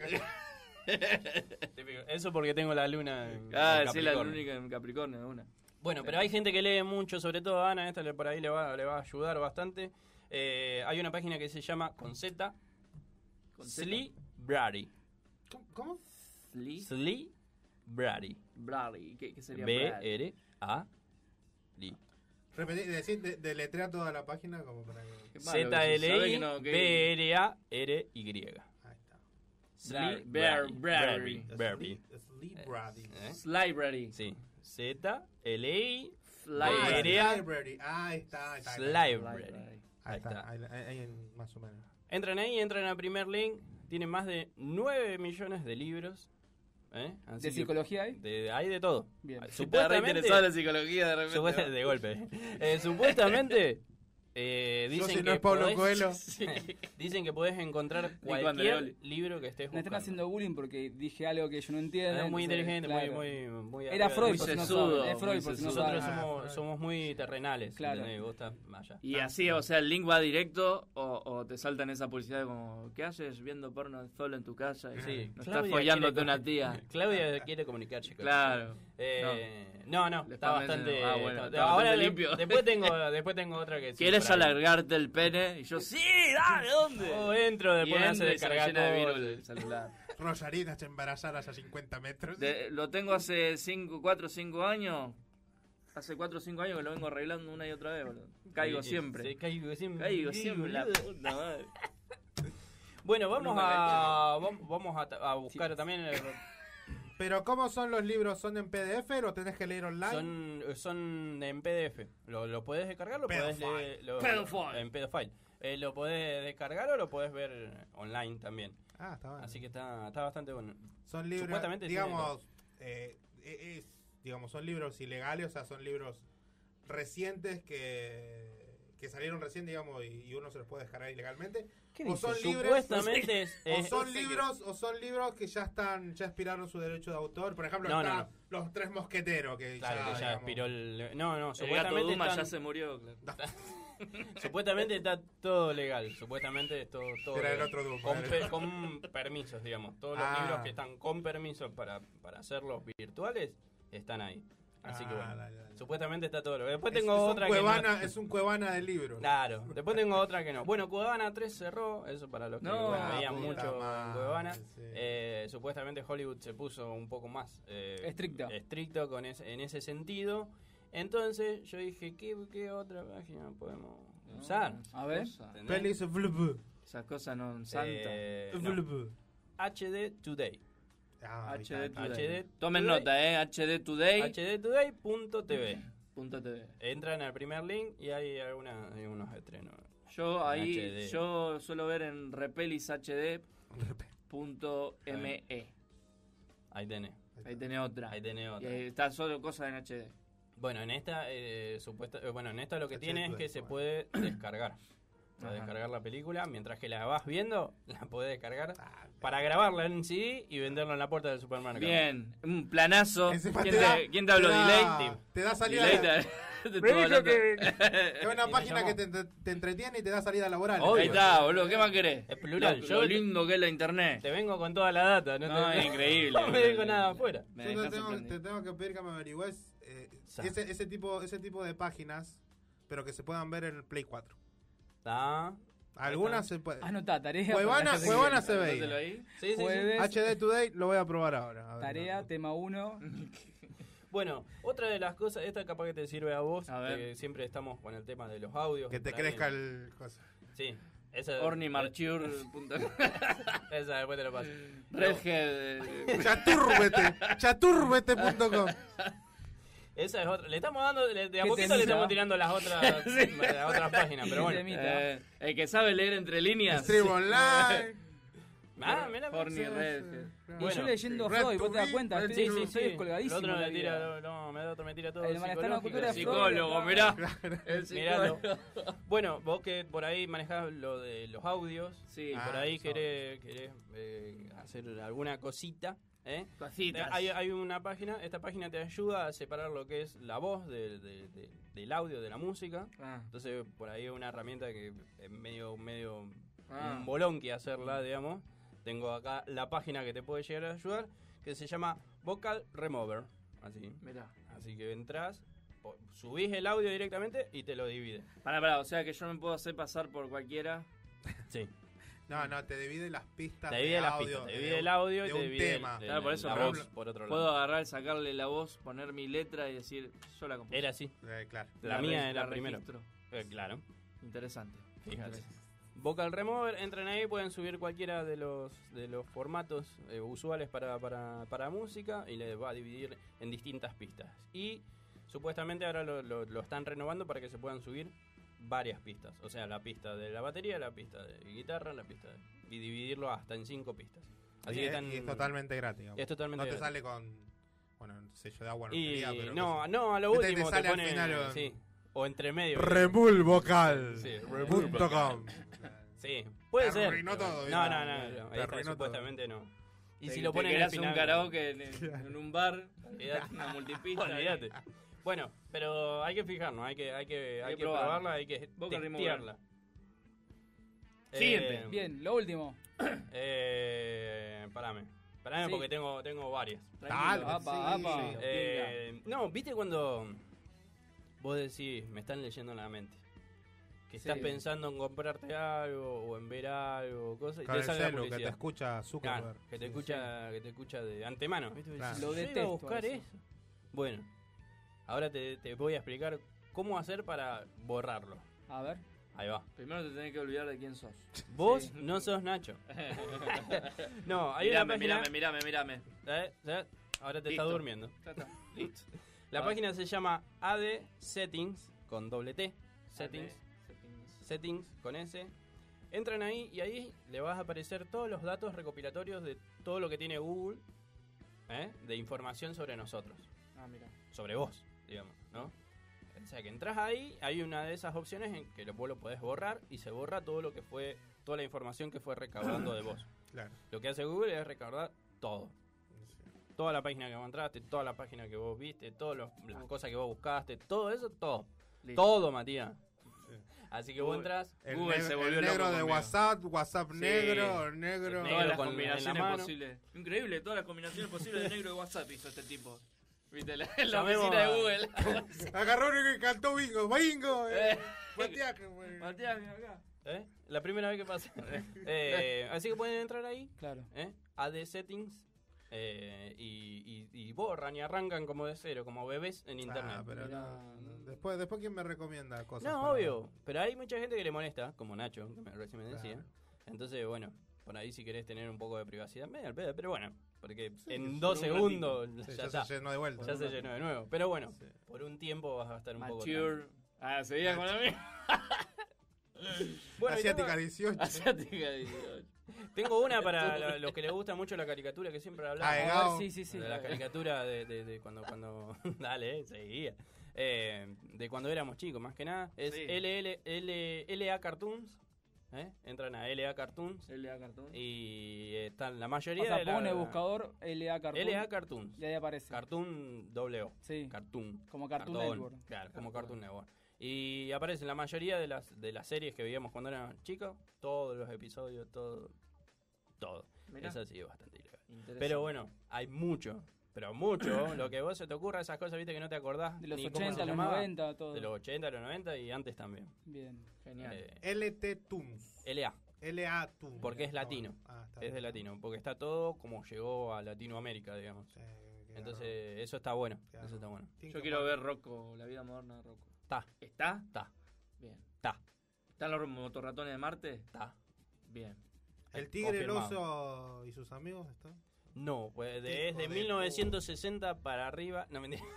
Eso porque tengo la luna en Ah, en sí, la Capricornio. única en Capricornio, de una. Bueno, pero hay gente que lee mucho, sobre todo a Ana, esta por ahí le va a ayudar bastante. Hay una página que se llama con Z, Sleebrary. ¿Cómo? Lee Sleebrary. Brady. ¿Qué sería Brady? B-R-A-R-Y. Repetí, deletrea toda la página como para que... Qué malo que sos, sabe que no, que- Z-L-I-B-R-A-R-Y. Ahí está. Sleebrary. Brary. Sleep Brady. Library. Sí. Z-L-I. Library. Library. Ahí está. Sleebrary. Ahí está. está. Ahí más o menos. Entran ahí, entran al primer link. Tiene más de 9 millones de libros. Así ¿De que- psicología hay? Hay de todo. Bien. Está re interesado en la psicología de repente. De golpe. Supuestamente Dicen si no que es Pablo Coelho. Dicen que podés encontrar Cuando cualquier Leoli. libro que estés Me buscando. están haciendo bullying porque dije algo que yo no entiendo. Es muy entonces, inteligente, claro. muy Era arriba Freud, de por si eso. no sesudo, saben. Es Freud, muy por si no sesudo. saben. Nosotros somos muy terrenales, Claro. ¿entendés? Vos estás allá. Y así, o sea, el link va directo o te saltan esa publicidad como, ¿qué haces viendo porno solo en tu casa? Y Sí, no estás Claudia follándote quiere- una tía. Claudia quiere comunicar, chicos. Claro. No, Le está están bastante. diciendo, bueno, está ahora bastante limpio. después tengo otra que sí, ¿Quieres por ahí. alargarte el pene? Y yo, sí, dale, ¿dónde? Oh, entro, Y después me hace entra y se me descargar llena de todo. virus el celular. Rosarinas embarazadas a 50 metros. Lo tengo hace 4 o 5 años. Hace 4 o 5 años que lo vengo arreglando una y otra vez, boludo. Caigo Sí, siempre. sí, caigo siempre. Caigo siempre, la boludo. puta madre. Bueno, vamos Nunca a buscar también. Pero ¿cómo son los libros? ¿Son en PDF o tenés que leer online? Son en PDF. Lo podés descargar, lo podés Pedofile. leer Pedofile. en Pedofile. Lo podés descargar o lo podés ver online también. Ah, está bueno. Así que está bastante bueno. Son libros, Supuestamente digamos, digamos, son libros ilegales, o sea, son libros recientes que salieron recién, digamos, y uno se los puede descargar ilegalmente. ¿Qué O dices? son libros, Supuestamente o son libros que ya expiraron su derecho de autor. Por ejemplo, No, está no. Los Tres Mosqueteros, que Claro, que ya digamos, expiró el. No, El gato supuestamente. Duma están- ya se murió, claro. Supuestamente está todo legal. Supuestamente es todo Era el legal. otro Duma, Con, era el- con permisos, digamos. Todos los Ah. libros que están con permisos para hacerlos virtuales están ahí. Así que bueno. dale. Supuestamente está todo legal. Después Es- tengo es un otra Cuevana, que. es un Cuevana de libros. Claro, después tengo otra que no. Bueno, Cuevana 3 cerró, eso para los que No, veían puta mucho madre, en Cuevana. sí. Supuestamente Hollywood se puso un poco más estricto en ese sentido. Entonces yo dije, ¿qué otra página podemos usar? A ver. ¿Entendés? Pelis Vlup. Esas cosas no son santas. No. Vlup. HD Today. Ah, ahí HD está. Today. HD Tomen Today. nota, HD Today. hdtoday.tv. .tv. Entran al primer link y hay unos estrenos. Yo ahí, HD. yo suelo ver en repelishd.me. Ahí tenés. Ahí tenés otra. Ahí tenés Y otra. ahí está solo cosas en HD. Bueno, en esta en esta lo que HD tiene es que se puede descargar. Para Ajá. descargar la película, mientras que la vas viendo, la podés descargar Ah, para grabarla en un CD y venderla en la puerta del supermercado. Bien, un planazo. encima ¿Quién da- quién te habló? da- ¿Delay? Te da salida. Delay te Me estuvo dijo hablando. Es una Y me página llamó. que te entretiene y te da salida laboral. Ahí está, boludo, ¿qué más querés? Es plural. Lo Yo lindo que es la internet. te vengo con toda la data, No, es increíble. No me dejo nada afuera. Me Yo dejás te sorprendido. tengo que pedir que me averigües Exacto. ese tipo de páginas, pero que se puedan ver en el Play 4. ¿Está? Algunas se pueden. Anotá, tarea. Cuevana, para la Cuevana semana se Anótelo ve. ahí. Sí, sí, sí. Jueves, HD Today lo voy a probar ahora. A ver, tarea, no. tema 1. Bueno, otra de las cosas, esta capaz que te sirve a vos, A ver. que siempre estamos con el tema de los audios. Que te también. crezca el cosa. Sí. Esa, Ornimarchur.com. esa después te lo paso. Redhead. Chaturbete.com. Esa es otra. Le estamos dando, de a ¿Qué poquito temita? le estamos tirando las otras páginas, pero bueno. Temita. El que sabe leer entre líneas. Stream Online. Ah, mira. Horny Redhead. Y Bueno, yo leyendo Red Freud, vos te das to cuenta, be, estoy, Red to estoy El descolgadísimo. otro en la me tira, vida. el otro me tira todo. El malestar en la cultura El de psicólogo, Freud, mirá. El Miralo. psicólogo. Bueno, vos que por ahí manejás lo de los audios Sí, y por ahí eso. querés hacer alguna cosita, ¿eh? cositas. Hay una página, esta página te ayuda a separar lo que es la voz del audio, de la música. Ah, Entonces, por ahí es una herramienta que es medio Ah. un bolón que hacerla, digamos. Tengo acá la página que te puede llegar a ayudar, que se llama Vocal Remover. mirá. Así que entras, subís el audio directamente y te lo divide. Pará, o sea que yo me puedo hacer pasar por cualquiera. Sí. No, te divide las pistas. Te divide de las audio, pistas, te divide el audio de y te un divide tema. Claro, por eso, la pero voz por otro Puedo lado. agarrar, sacarle la voz, poner mi letra y decir, yo la compuse. Era así. Claro. La mía re- era primero. registro. Claro. Interesante. Fíjate. Vocal Remover, entren ahí, pueden subir cualquiera de los formatos usuales para música y les va a dividir en distintas pistas. Y supuestamente ahora lo están renovando para que se puedan subir varias pistas. O sea, la pista de la batería, la pista de guitarra, y dividirlo hasta en 5 pistas. Así que están, Y es totalmente gratis. digamos. es totalmente No te gratis. sale con sello de agua. No, Y sería, pero no, a lo Viste que te último te sale al pone, final, sí, O entre medio. Remulvocal. Sí, .com. Sí, puede Te ser. arruinó todo, No, digamos. no, no. Ahí Te está, arruinó supuestamente no. Y Te- si lo te ponen querés al un final. karaoke en un bar, Olvídate. una multipista. Olvídate. Bueno, pero hay que fijarnos, hay que probarla. probarla, hay que Boca Remover. testearla. Siguiente. Bien, lo último. Parame Sí. porque tengo varias. Dale, Apa, sí, apa. sí. No, ¿viste cuando vos decís, me están leyendo la mente? Que Sí. estás pensando en comprarte algo o en ver algo, cosas, y Con te el sale la celu, que te publicidad. escucha Zuckerberg. Claro, que te escucha de antemano. ¿viste? Vos Claro. decís, Lo "Yo iba detesto a buscar eso". eso. Bueno, ahora te voy a explicar cómo hacer para borrarlo. A ver. Ahí va. Primero te tenés que olvidar de quién sos. Vos Sí. no sos Nacho. No, hay una página. Mirame. ¿Eh? Ahora te Listo. estás durmiendo. Ya está. Listo. La Ah. página se llama AD Settings con doble T. Settings con S. Entran ahí y ahí le vas a aparecer todos los datos recopilatorios de todo lo que tiene Google, de información sobre nosotros, Ah, mira. sobre vos, digamos, ¿no? O sea que entras ahí, hay una de esas opciones en que vos lo podés borrar y se borra todo lo que fue, toda la información que fue recaudando de vos. Claro. Lo que hace Google es recaudar todo. Toda la página que vos entraste, toda la página que vos viste, todas las cosas que vos buscaste, todo eso, todo. Listo. Todo, Matías. Sí. Así que vos entras. El, Google se volvió el negro loco de conmigo. WhatsApp Sí. negro, el negro. El Todas las con- combinaciones en la mano. posibles. Increíble, todas las combinaciones posibles de negro de WhatsApp hizo este tipo. ¿Viste? La Llamemos oficina de a- Agarró Google. uno que cantó bingo, bingo. Matías, que bueno. Matías, ven acá. La primera vez que pasa. Así que pueden entrar ahí, Claro. AD Settings, y borran y arrancan como de cero, como bebés en internet. Ah, pero Mirá. no. Después quién me recomienda cosas. No, para- obvio. Pero hay mucha gente que le molesta, como Nacho, que recién me decía. Claro. Entonces, bueno, por ahí si querés tener un poco de privacidad, medio al pedo, pero bueno, porque Sí, en sí, 2 un segundos Sí, ya está. se llenó de vuelta. Ya se llenó de nuevo. Pero bueno, Sí. por un tiempo vas a estar un poco. Mature. Ah, seguía con la mía. Bueno, y Asiática 18. Asiática 18. tengo una para los que les gusta mucho la caricatura que siempre hablamos. Ah, A ver, Gao. sí. De la caricatura de cuando dale, seguía. De cuando éramos chicos, más que nada. Es Sí. LA Cartoons. Entran a LA Cartoons. LA Cartoon. Y están la O mayoría sea, de la... pone buscador LA Cartoon. LA Cartoons. Y ahí aparece. Cartoon W. Sí. Cartoon. Como Cartoon Cartón. Network. Claro, como Cartoon Network. Y aparecen la mayoría de las series que veíamos cuando éramos chicos. Todos los episodios, todo. Mirá. Es así, bastante ilegal. Interesante. Pero bueno, hay mucho. Pero mucho. Lo que vos se te ocurra, esas cosas, viste, que no te acordás. De los ni cómo 80, se los llamaba. 90, todo. De los 80, los 90 y antes también. Bien. Genial. LT Tunes. LA. LA Tunes. Porque es latino. Ah, está Es de bien. latino. Porque está todo como llegó a Latinoamérica, digamos. Sí, qué Entonces, eso está bueno. Claro. Eso está bueno. garrón. Yo quiero ver Rocco, la vida moderna de Rocco. Está, ¿Está? está, Bien. está, ¿Están los motorratones de Marte? está. El Bien. tigre, el Confirmado. oso y sus amigos están. No, pues Hijo es de de 1960 para arriba. No, mentira.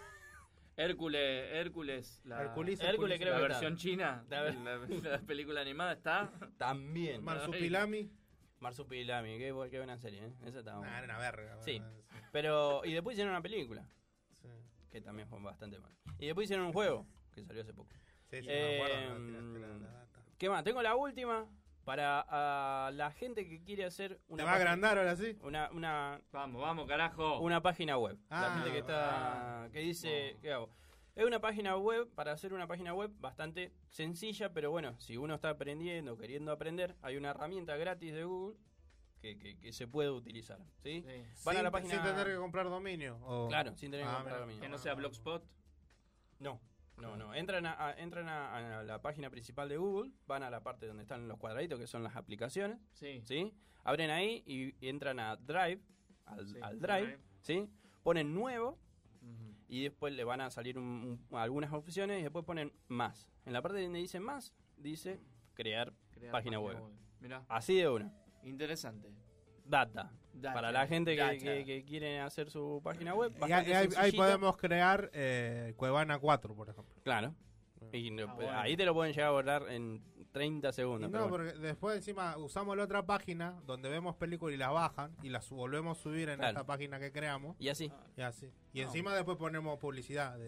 Hércules, la, Hércules, Hércules creo la que versión está. china, La ver- la película animada está. También. Marsupilami. Marsupilami, qué buena serie, ¿eh? Esa está Nah, buena. era una verga. Sí. bueno, Pero, y después hicieron una película, sí. que también fue bastante mal. Y después hicieron un juego, que salió hace poco. Sí, sí, me acuerdo, Eh, no, tiraste la data. ¿Qué más? Tengo la última para la gente que quiere hacer ¿Te va a agrandar ahora sí? Vamos, carajo. una página web. Ah, La gente que está que dice, ¿qué hago? Es una página web, para hacer una página web bastante sencilla, pero bueno, si uno está aprendiendo, queriendo aprender, hay una herramienta gratis de Google que se puede utilizar, ¿sí? Sí. Van a la Sin- página... Sin tener que comprar dominio. o- Claro, sin tener que Ah, comprar mira. dominio. Que no sea Blogspot. No. Entran a la página principal de Google, van a la parte donde están los cuadraditos, que son las aplicaciones, Sí. ¿sí? Abren ahí y entran a Drive, Sí, al Drive, ¿sí? Ponen nuevo Ujú. y después le van a salir algunas opciones y después ponen más. En la parte donde dice más, dice crear Crear página web. Mirá, Así de una. interesante. Data. Data. Para la gente Data. que quiere hacer su página web. Y bastante ahí sencillita. podemos crear Cuevana 4, por ejemplo. Claro. Y no- bueno. ahí te lo pueden llegar a borrar en 30 Y segundos. pero no, bueno. porque después encima usamos la otra página donde vemos películas y las bajan y las volvemos a subir en Claro. esta página que creamos. Y así. Y así. Y encima después ponemos publicidad de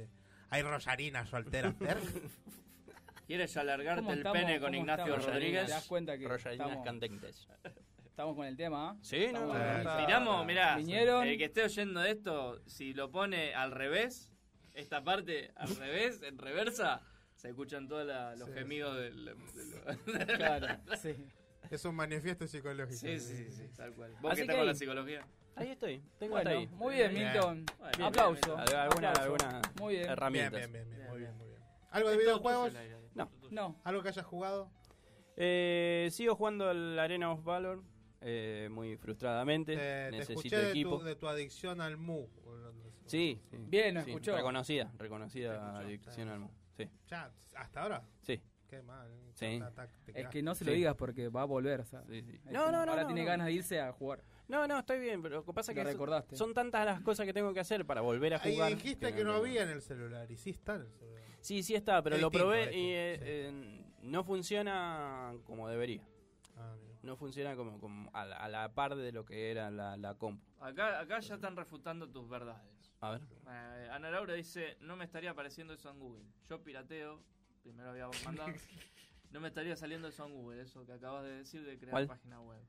Hay rosarinas solteras cerca. ¿Quieres alargarte ¿Cómo el estamos? pene con ¿Cómo Ignacio estamos? Rodríguez? ¿Te das cuenta que Rosalinas estamos, candentes. estamos con el tema? ¿Ah? Sí, no, Estamos- no. Tiramos, mirá, Vinieron. el que esté oyendo esto, si lo pone al revés, esta parte al revés, en reversa, se escuchan todos los Sí, gemidos del... Claro, sí. Es un manifiesto psicológico. Sí, tal cual. ¿Vos Así qué estás que con ahí. la psicología? Ahí estoy, tengo Bueno, hasta ahí. muy bien, Bien. Milton. Bien, Aplauso. Alguna Aplauso. Muy bien. Bien, herramientas. bien, bien, bien. Muy bien, muy bien. ¿Algo de videojuegos? No. ¿Algo que hayas jugado? Sigo jugando al Arena of Valor, muy frustradamente. Te Necesito escuché de equipo. tu adicción al Mu. Sí, sí. Bien, lo Sí, escuchó. Reconocida Te escuchó, adicción al mu. Sí, Ya, ¿hasta ahora? sí, Qué mal. Sí. Te Es quedaste. que no se lo Sí. digas porque va a volver, o sea. sí, sí. Es No, como- no, no. Ahora no, tiene no. ganas de irse a jugar. No, estoy bien, pero lo que pasa es Lo que recordaste. son tantas las cosas que tengo que hacer para volver a Ahí jugar. dijiste que no había en el celular. Y sí está en el celular. Sí, sí está, pero Es lo distinto, probé es y distinto, no funciona como debería. Ah, mira. No funciona como a la par de lo que era la compu. Acá ya están refutando tus verdades. A ver. Ana Laura dice, no me estaría apareciendo eso en Google. Yo pirateo, primero había mandado. No me estaría saliendo eso en Google, eso que acabas de decir de crear ¿Cuál? página web.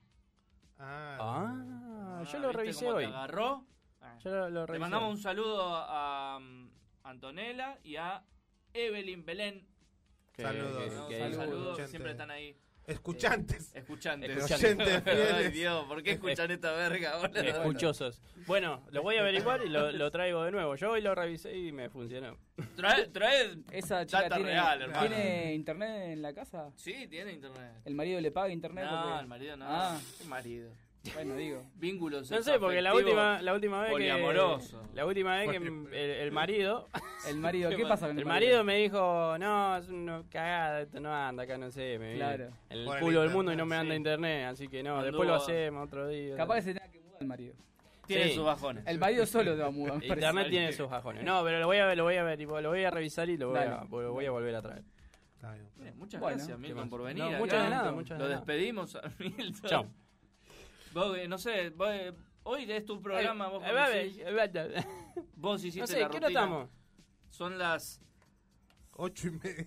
Yo lo ¿viste revisé cómo hoy. te agarró? Yo lo Le revisé. mandamos hoy. un saludo a Antonella y a Evelyn Belén. Saludos. ¿no? que- Saludos, Saludos. que siempre están ahí. Escuchantes. Escuchantes. Oyentes fieles. Ay, Dios, ¿por qué escuchan esta verga ahora? Escuchosos. Bueno, lo voy a averiguar y lo traigo de nuevo. Yo hoy lo revisé y me funcionó. Trae. ¿Esa chica Data tiene, real, hermano. ¿tiene internet en la casa? Sí, tiene internet. ¿El marido le paga internet? No, Porque- el marido no. Ah, ¿Qué marido? bueno, digo. Vínculos. No sé, porque la última vez poliamoroso. que... La última vez que el marido... El marido, ¿qué pasa con El marido me dijo, no, es una cagada, esto no anda acá, no sé, me Claro. viene en el Por el culo del mundo y internet, no me anda sí. internet, así que no, Anduvo- después lo hacemos otro día. Capaz que se tenga que mudar el marido. Tiene Sí. sus bajones. El marido solo te va a mudar. me parece. Internet tiene sus bajones. No, pero lo voy a ver, tipo, lo voy a revisar y lo voy a volver a traer. Está bien. Bien, muchas Bueno, gracias, ¿qué Milton, más? por venir. No, acá. muchas de nada, muchas de Lo nada. despedimos a Milton. Chao. Vos, no sé, hoy es tu programa. Vos, vos hiciste No sé, la ¿qué rutina. hora estamos? Son las 8:30.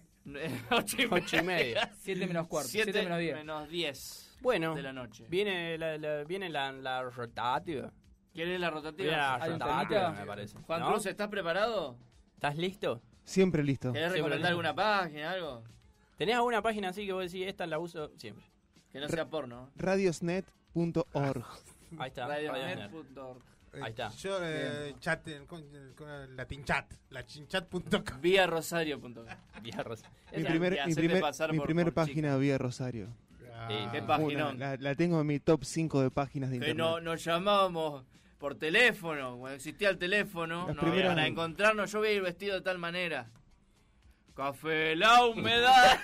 8:30. 7 menos cuarto, 7 7 menos 10. menos 10 Bueno, de la noche. viene la rotativa. ¿Quién es la Viene rotativa? la ¿Hay un rotativa, temita? me parece. Juan ¿No? Cruz, ¿estás preparado? ¿Estás listo? Siempre listo. ¿Querés Sí, recomendar pero- alguna página, algo? ¿Tenés alguna página así que vos decís, esta la uso siempre? Que no sea porno. Radiosnet.org. Ahí está. Radionet.org. Ahí está. Yo, chat, con Latin Chat. Latinchat.com. Vía Rosario.com. Viernes. Mi Esa primer, que mi hacete primer, pasar mi por- primer por página vía Rosario. Qué Ah, paginón. La tengo en mi top 5 de páginas de Que internet. no, nos llamábamos por teléfono, cuando existía el teléfono, Las no primeras- iban a encontrarnos, yo voy a ir vestido de tal manera. Café, la humedad.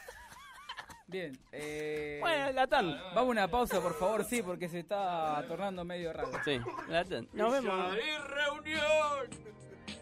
Bien. Bueno, Latán. Vamos a una pausa, por favor, sí, porque se está tornando medio raro. Sí, Latán. Nos vemos. Y reunión.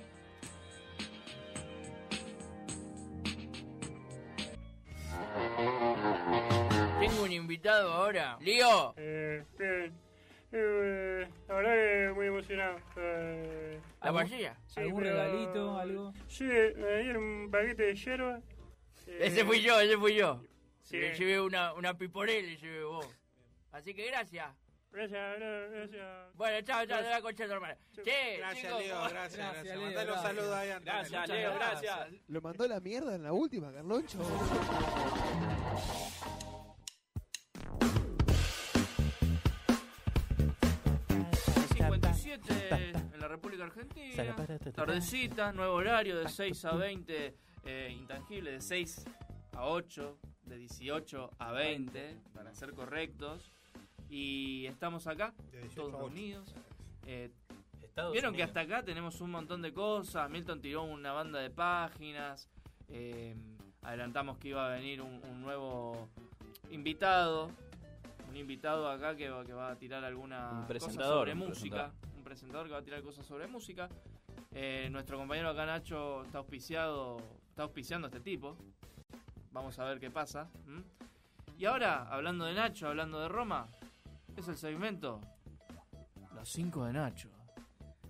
Tengo un invitado ahora. Lío. Bien. La verdad que muy emocionado. La vacía. Sí, ¿Algún pero- regalito, algo? Sí, me dieron un paquete de yerba. Ese fui yo, ese fui yo. Sí. Le llevé una piporel, le llevé vos. Así que gracias. Gracias, gracias. Bueno, chao, chao, de la concha de tu hermana. Che, Gracias, chicos, Leo, gracias. Gracias, Leo, Mandale un gracias. saludo ahí a Antonella. Gracias, Muchas Leo, gracias. gracias. Lo mandó a la mierda en la última, Carloncho. 57 en la República Argentina. Tardecita, nuevo horario de 6 a 20, intangible de 6 a 8, de 18 a 20, para ser correctos. Y estamos acá, De 18 todos a 8. reunidos. Estados Vieron que Unidos. hasta acá tenemos un montón de cosas. Milton tiró una banda de páginas. Adelantamos que iba a venir un nuevo invitado. Un invitado acá que va a tirar alguna Un cosa presentador, sobre un música. Un presentador que va a tirar cosas sobre música. Nuestro compañero acá, Nacho, está auspiciando a este tipo. Vamos a ver qué pasa. ¿M? Y ahora, hablando de Nacho, hablando de Roma, es el segmento Los 5 de Nacho.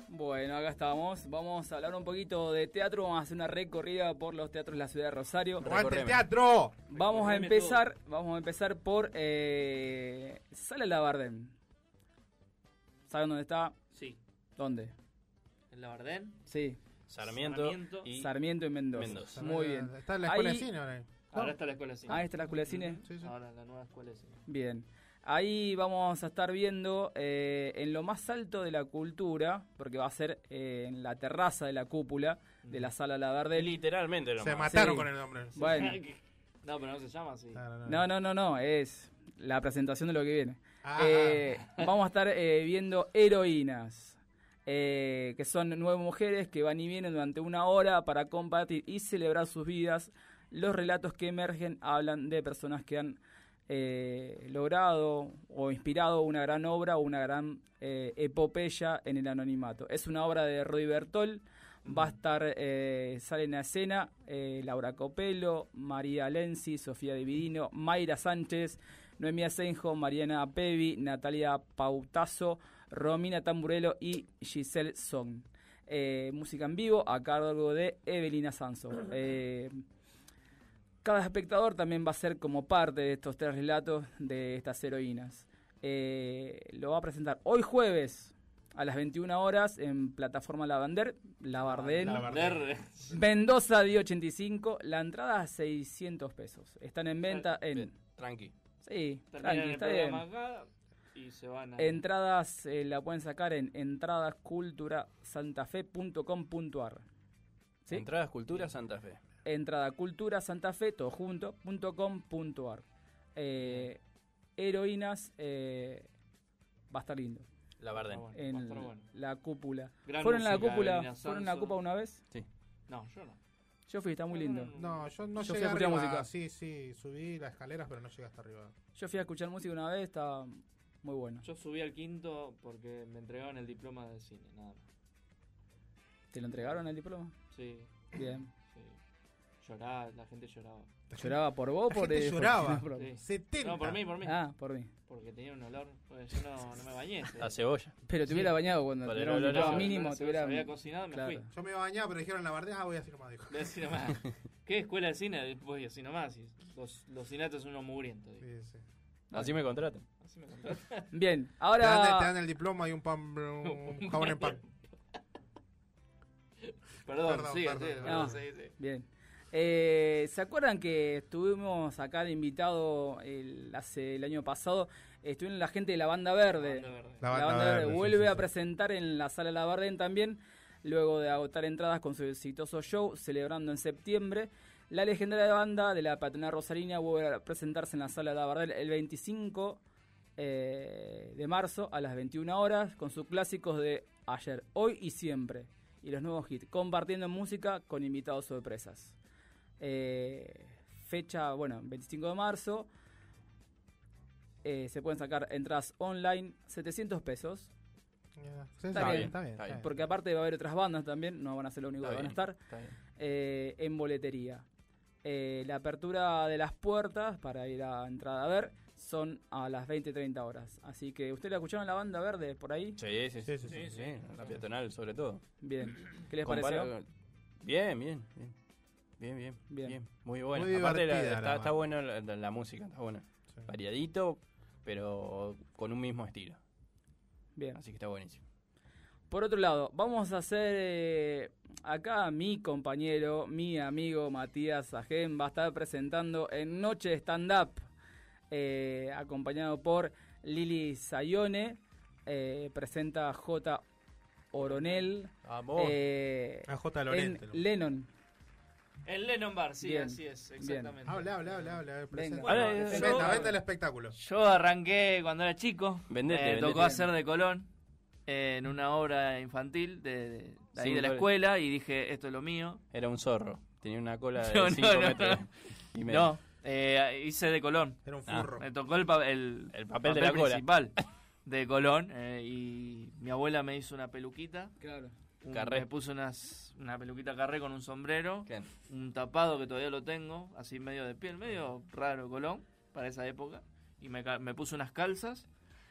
Bueno, acá estamos. Vamos a hablar un poquito de teatro. Vamos a hacer una recorrida por los teatros de la ciudad de Rosario. ¡Aguante el teatro! Vamos a empezar por Sala Labardén. ¿Saben dónde está? Sí. ¿Dónde? ¿En Labardén? Sí. Sarmiento y Sarmiento y Mendoza. Mendoza. Muy bien. Está en la escuela Ahí- de cine ahora. ¿No? Ahora está la escuela de cine. Ahí está la escuela de cine. Sí, sí. Ahora la nueva escuela de cine. Bien. Ahí vamos a estar viendo en lo más alto de la cultura, porque va a ser en la terraza de la cúpula de la Sala Labardén. Literalmente lo Se más. mataron Sí. con el nombre. Bueno, No, pero no se llama así. no, es la presentación de lo que viene. Ah. Vamos a estar viendo heroínas, que son 9 mujeres que van y vienen durante una hora para compartir y celebrar sus vidas. Los relatos que emergen hablan de personas que han logrado o inspirado una gran obra o una gran epopeya en el anonimato. Es una obra de Rodi Bertol. Va a estar, salen a escena Laura Copelo, María Lenzi, Sofía Dividino, Mayra Sánchez, Noemí Asenjo, Mariana Pevi, Natalia Pautazo, Romina Tamburello y Giselle Song. Música en vivo a cargo de Evelina Sanso. Cada espectador también va a ser como parte de estos 3 relatos de estas heroínas. Lo va a presentar hoy jueves a las 21 horas en plataforma Labardén, Mendoza 1085. La entrada a 600 pesos. Están en venta en... Bien, tranqui. Sí, Terminan tranqui, el está bien. programa acá y se van a... Entradas la pueden sacar en entradasculturasantafe.com.ar. ¿Sí? Entradas Cultura Santa Fe. Entradaculturasantafe, todo junto, .com.ar. Heroínas, va a estar lindo. Labardén. Bueno, En va a estar bueno. la cúpula. Gran ¿Fueron a la música, cúpula? Evelina ¿Fueron a la Sanso. cúpula una vez? No, yo no. Yo fui, está muy lindo. No, yo no Yo llegué fui a escuchar arriba. música. Sí, subí las escaleras, pero no llegué hasta arriba. Yo fui a escuchar música una vez, estaba muy bueno. Yo subí al 5º porque me entregaban el diploma de cine, nada más. ¿Te lo entregaron el diploma? Sí, Bien. sí. Lloraba, la gente lloraba. ¿Lloraba por vos o La por gente lloraba. por- Sí. 70. No, por mí. Ah, por mí. Porque tenía un olor. Pues yo no me bañé. A cebolla. Pero te hubiera bañado cuando Por te el dieron un olor a- diploma mínimo, se te hubiera... había cocinado y me Claro. fui. Yo me iba a bañar, pero dijeron la bardea, voy así nomás, dijo. Voy a decir nomás. ¿Qué escuela de cine? Después así nomás. Y los cineastas son unos mugrientos. Digo. Sí, sí. Así me contratan. Así me contratan. Bien, Te ahora... dan el diploma y un pan, un jabón en pan. Perdón, Perdón, sí, perdón. No. sí. Bien. ¿Se acuerdan que estuvimos acá de invitado el año pasado? Estuvieron la gente de la Banda Verde. La La Banda Verde sí, vuelve sí, a sí. presentar en la Sala Labardén también, luego de agotar entradas con su exitoso show, celebrando en septiembre. La legendaria banda de la Patronal Rosarina vuelve a presentarse en la Sala Labardén el 25 de marzo a las 21 horas con sus clásicos de ayer, hoy y siempre, y los nuevos hits, compartiendo música con invitados sorpresas. Fecha, 25 de marzo. Se pueden sacar entradas online, 700 pesos. Sí, Está bien, está bien. está bien. Porque aparte va a haber otras bandas también, no van a ser lo único Está que van a bien, estar está bien. en boletería. La apertura de las puertas para ir a entrada a ver son a las 20-30 horas. Así que, ¿ustedes la escucharon la Banda Verde por ahí? Sí, sí, sí. Sí, sí, sí. La peatonal sobre todo. Bien. ¿Qué les Compara- pareció? Bien. Muy bueno. Muy Aparte divertida la está banda. bueno la música, está buena. Sí. Variadito, pero con un mismo estilo. Bien. Así que está buenísimo. Por otro lado, vamos a hacer acá mi compañero, mi amigo Matías Sajén va a estar presentando en Noche de Stand Up, acompañado por Lili Sayone, presenta J. Oronel, Vamos. A J. Lorente. en Lennon. El Lennon Bar, sí, Bien, así es, bien. exactamente. Habla. Presenta. Venga. Bueno, Venta el espectáculo. Yo arranqué cuando era chico. Vendete, Tocó vendete. hacer de Colón en una obra infantil de ahí Sin de la doble. escuela y dije, esto es lo mío. Era un zorro. Tenía una cola de No, 5 no, metros. Y medio. No, hice de Colón. Era un Ah, furro. Me tocó el papel de la cola. principal de Colón y mi abuela me hizo una peluquita. Claro. Carré. Me puso una peluquita carré con un sombrero, Bien. un tapado que todavía lo tengo, así medio de piel, medio raro Colón para esa época. Y me puso unas calzas